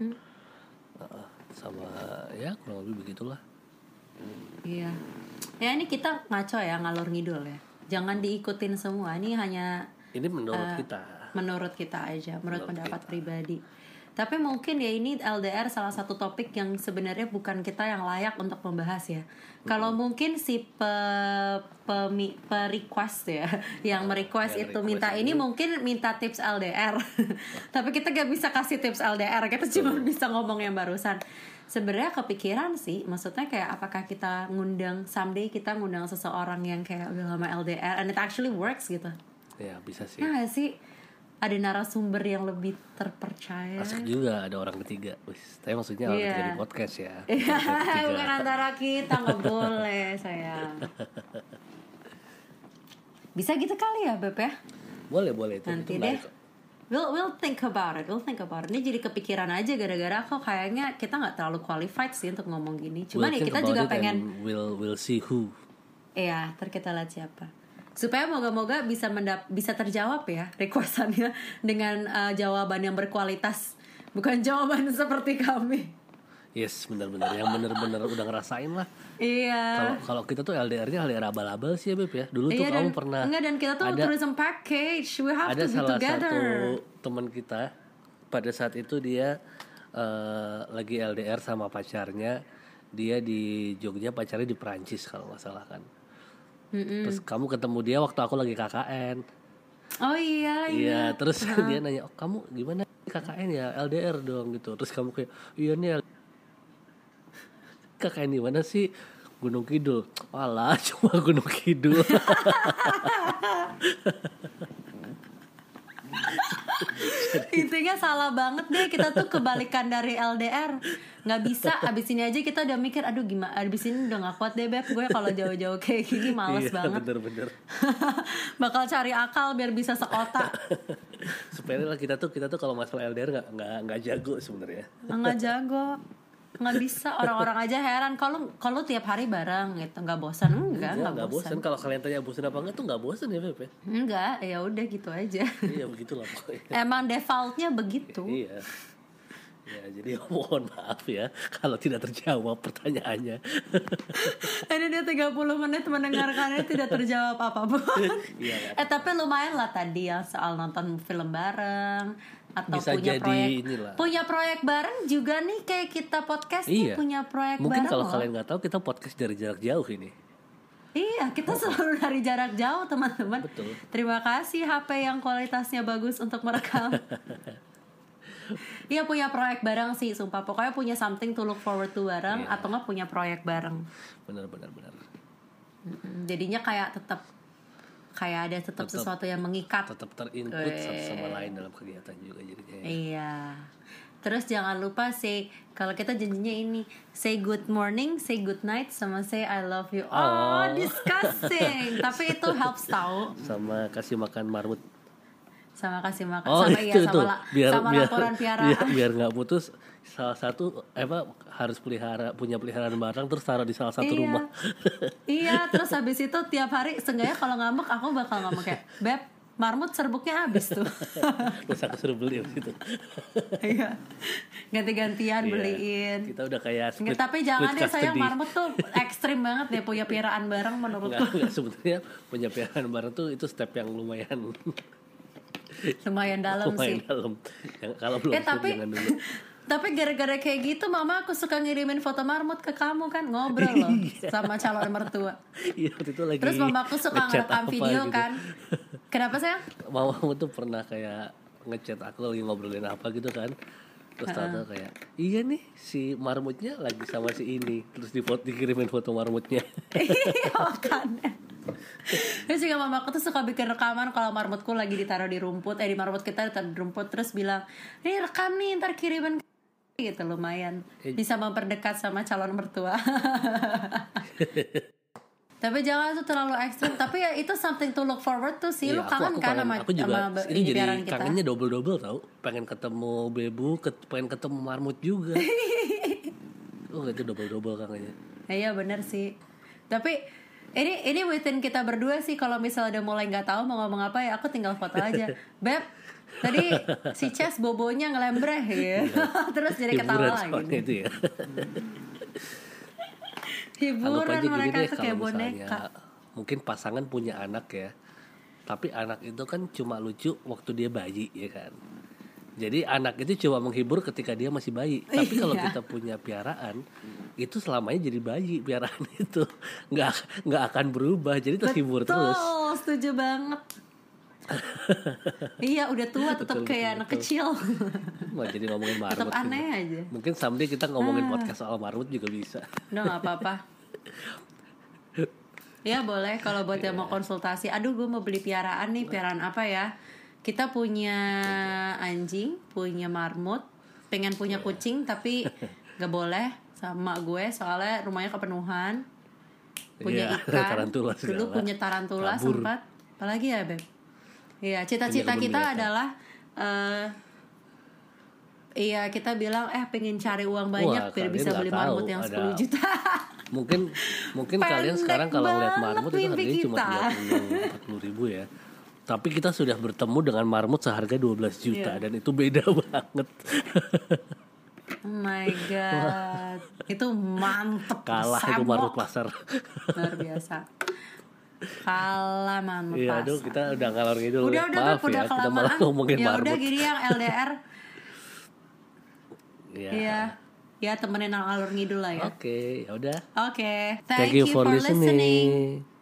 Speaker 1: Uh, sama ya kurang lebih begitulah.
Speaker 2: Iya. Ya ini kita ngaco ya, ngalor ngidul ya. Jangan diikutin semua. Ini hanya
Speaker 1: ini menurut uh, kita.
Speaker 2: Menurut kita aja, menurut, menurut pendapat kita. Pribadi. Tapi mungkin ya ini L D R salah satu topik yang sebenarnya bukan kita yang layak untuk membahas ya. Mm-hmm. Kalau mungkin si pe, pe, pe request ya, yang merequest ya, itu request minta ini, ini mungkin minta tips L D R. Tapi kita gak bisa kasih tips L D R, kita Betul. Cuma bisa ngomong yang barusan. Sebenarnya kepikiran sih, maksudnya kayak apakah kita ngundang someday kita ngundang seseorang yang kayak udah lama L D R and it actually works gitu.
Speaker 1: Ya bisa sih.
Speaker 2: Nah sih ada narasumber yang lebih terpercaya.
Speaker 1: Asik juga ada orang ketiga. Wis, tapi maksudnya orang yeah. ketiga di podcast ya.
Speaker 2: Iya, bukan antara kita, nggak boleh sayang. Bisa gitu kali ya Beb ya?
Speaker 1: Boleh boleh. Itu,
Speaker 2: nanti
Speaker 1: itu
Speaker 2: deh. We'll we'll think about it. We'll think about it. Ini jadi kepikiran aja gara-gara kok kayaknya kita nggak terlalu qualified sih untuk ngomong gini. Cuman we'll ya kita juga pengen.
Speaker 1: We'll we'll see who.
Speaker 2: Iya, ntar kita lihat siapa. Supaya moga-moga bisa mendap bisa terjawab ya requestannya dengan uh, jawaban yang berkualitas, bukan jawaban seperti kami.
Speaker 1: Yes, benar-benar yang benar-benar udah ngerasain lah.
Speaker 2: Iya.
Speaker 1: Kalau kalau kita tuh L D R-nya L D R abal-abal sih ya Beb ya. Dulu
Speaker 2: iya,
Speaker 1: tuh
Speaker 2: dan,
Speaker 1: kamu pernah.
Speaker 2: Enggak, dan kita tuh
Speaker 1: ada,
Speaker 2: tourism package. We have
Speaker 1: ada
Speaker 2: to be together. Ada
Speaker 1: salah satu teman kita pada saat itu dia uh, lagi L D R sama pacarnya. Dia di Jogja, pacarnya di Perancis kalau nggak salah kan. Mm-mm. Terus kamu ketemu dia waktu aku lagi K K N.
Speaker 2: Oh iya iya.
Speaker 1: Iya, terus uh-huh. dia nanya, oh, kamu gimana K K N ya, L D R dong gitu. Terus kamu kayak, iya nih K K N di mana sih? Gunung Kidul. Walah, cuma Gunung Kidul.
Speaker 2: Intinya salah banget deh, kita tuh kebalikan dari L D R. Nggak bisa, abis ini aja kita udah mikir, aduh gimana, abis ini udah nggak kuat deh Beb, gue kalau jauh-jauh kayak gini males
Speaker 1: iya,
Speaker 2: banget.
Speaker 1: Bener-bener.
Speaker 2: Bakal cari akal biar bisa sekota.
Speaker 1: Supaya lah kita tuh kita tuh kalau masalah L D R nggak nggak nggak jago sebenarnya.
Speaker 2: Nggak jago, nggak bisa. Orang-orang aja heran kalau kalau tiap hari bareng gitu, nggak bosan? Enggak, nggak bosan.
Speaker 1: Kalau kalian tanya bosan apa enggak tuh nggak bosan ya Beb?
Speaker 2: Enggak, ya udah gitu aja.
Speaker 1: Iya begitulah pokoknya.
Speaker 2: Emang defaultnya begitu.
Speaker 1: Iya. Ya jadi mohon maaf ya kalau tidak terjawab pertanyaannya.
Speaker 2: Ini dia tiga puluh menit mendengarkannya tidak terjawab apapun. Iya, kan? Eh tapi lumayan lah tadi ya soal nonton film bareng atau bisa punya proyek inilah. Punya proyek bareng juga nih kayak kita podcast iya. nih punya proyek
Speaker 1: mungkin
Speaker 2: bareng. Mungkin
Speaker 1: kalau kalian nggak tahu kita podcast dari jarak jauh ini.
Speaker 2: Iya, kita selalu dari jarak jauh teman-teman.
Speaker 1: Betul.
Speaker 2: Terima kasih H P yang kualitasnya bagus untuk merekam. Iya punya proyek bareng sih, sumpah. Pokoknya punya something to look forward to bareng, yeah. atau nggak punya proyek bareng.
Speaker 1: Benar, benar, benar.
Speaker 2: Jadinya kayak tetap kayak ada tetap sesuatu yang mengikat.
Speaker 1: Tetap terinput satu sama lain dalam kegiatan juga jadinya. Ya.
Speaker 2: Iya. Terus jangan lupa say, kalau kita janjinya ini, say good morning, say good night, sama say I love you. Oh, oh. disgusting. Tapi itu helps tahu.
Speaker 1: Sama kasih makan marmut.
Speaker 2: Sama kasih makan.
Speaker 1: Oh,
Speaker 2: sama
Speaker 1: itu,
Speaker 2: iya,
Speaker 1: itu.
Speaker 2: sama, la,
Speaker 1: biar,
Speaker 2: sama
Speaker 1: biar,
Speaker 2: laporan piaraan.
Speaker 1: Biar, biar gak putus. Salah satu apa harus pelihara punya peliharaan barang terus taruh di salah satu
Speaker 2: iya.
Speaker 1: rumah.
Speaker 2: Iya, terus habis itu tiap hari seenggaknya kalau ngambek aku bakal ngomong kayak, "Beb, marmut serbuknya habis tuh."
Speaker 1: Terus aku suruh beli gitu.
Speaker 2: Iya. Ganti-gantian beliin.
Speaker 1: Kita udah kayak split,
Speaker 2: tapi jangan deh sayang,
Speaker 1: custody.
Speaker 2: marmut tuh ekstrim banget deh punya piaraan bareng menurutku.
Speaker 1: Enggak, sebetulnya punya piaraan bareng tuh itu step yang lumayan
Speaker 2: lumayan dalam
Speaker 1: lumayan
Speaker 2: sih.
Speaker 1: dalam. Yang kalau belum
Speaker 2: eh, tapi,
Speaker 1: jangan dulu.
Speaker 2: Tapi gara-gara kayak gitu mama aku suka ngirimin foto marmut ke kamu kan, ngobrol loh sama calon mertua.
Speaker 1: Iya, waktu itu lagi.
Speaker 2: Terus mama aku suka ngerekam video gitu. Kan. Kenapa sayang?
Speaker 1: Mama aku tuh pernah kayak ngechat aku lagi ngobrolin apa gitu kan. Terus uh-uh. tahu kayak, iya nih si marmutnya lagi sama si ini. Terus di foto dikirimin foto marmutnya.
Speaker 2: Iya makanya. Terus juga mama aku tuh suka bikin rekaman kalau marmutku lagi ditaruh di rumput, eh di marmut kita ditaruh di rumput, terus bilang, "Nih rekam nih, ntar kirimin." Gitu lumayan bisa memperdekat sama calon mertua. Tapi jangan tuh terlalu ekstrim. Tapi ya itu something to look forward to sih. Lu
Speaker 1: ya,
Speaker 2: kangen
Speaker 1: aku, aku
Speaker 2: kan
Speaker 1: kangen,
Speaker 2: sama
Speaker 1: aku juga
Speaker 2: sama
Speaker 1: ini jadi
Speaker 2: kita.
Speaker 1: kangennya double-double tau. Pengen ketemu bebu, ket, pengen ketemu marmut juga. Oh itu double-double kangennya.
Speaker 2: Iya benar sih. Tapi ini ini within kita berdua sih. Kalau misalnya udah mulai nggak tahu mau ngomong apa ya aku tinggal foto aja. Beb, tadi si Ces bobonya ngelembreh ya. Terus jadi ketawa lagi.
Speaker 1: Itu ya.
Speaker 2: Hiburan mereka
Speaker 1: deh,
Speaker 2: tuh kayak boneka.
Speaker 1: Mungkin pasangan punya anak ya, tapi anak itu kan cuma lucu waktu dia bayi ya kan. Jadi anak itu cuma menghibur ketika dia masih bayi. Tapi kalau kita punya piaraan, itu selamanya jadi bayi piaraan itu, nggak nggak akan berubah. Jadi terhibur
Speaker 2: betul,
Speaker 1: terus.
Speaker 2: Betul, setuju banget. Iya udah tua tetap kayak betul, anak betul. Kecil.
Speaker 1: Wah jadi ngomongin marmut.
Speaker 2: Tetap aneh
Speaker 1: gitu.
Speaker 2: aja.
Speaker 1: Mungkin someday kita ngomongin ah. podcast soal marmut juga bisa.
Speaker 2: Udah nggak apa-apa. Ya boleh kalau buat yeah. yang mau konsultasi. Aduh gue mau beli piaraan nih, piaraan apa ya? Kita punya anjing, punya marmut, pengen punya kucing tapi nggak boleh sama gue soalnya rumahnya kepenuhan. Punya yeah, ikan. Dulu punya tarantula Kabur. sempat. Apalagi ya Beb? Iya, cita-cita kita binatang. adalah uh, iya kita bilang eh pengen cari uang banyak. Wah, biar bisa beli marmut yang sepuluh juta. Mungkin mungkin kalian sekarang kalau lihat marmut itu harganya kita. cuma tiga puluh empat puluh ribu ya. Tapi kita sudah bertemu dengan marmut seharga dua belas juta yeah. dan itu beda banget. Oh my god. Itu mantep.
Speaker 1: Kalah
Speaker 2: Semok.
Speaker 1: Itu marmut pasar.
Speaker 2: Luar biasa. Kalah marmut
Speaker 1: iya,
Speaker 2: pasar.
Speaker 1: Aduh, kita udah ngalor ngidul.
Speaker 2: Udah udah
Speaker 1: Maaf
Speaker 2: udah
Speaker 1: ya,
Speaker 2: kelamaan.
Speaker 1: kita malah ngomongin
Speaker 2: ya
Speaker 1: marmut.
Speaker 2: udah gini yang L D R.
Speaker 1: Iya.
Speaker 2: Iya. Ya temenin ngalor ngidul lah ya.
Speaker 1: Oke, okay, ya udah.
Speaker 2: Oke. Okay.
Speaker 1: Thank, Thank you, you for, for listening. listening.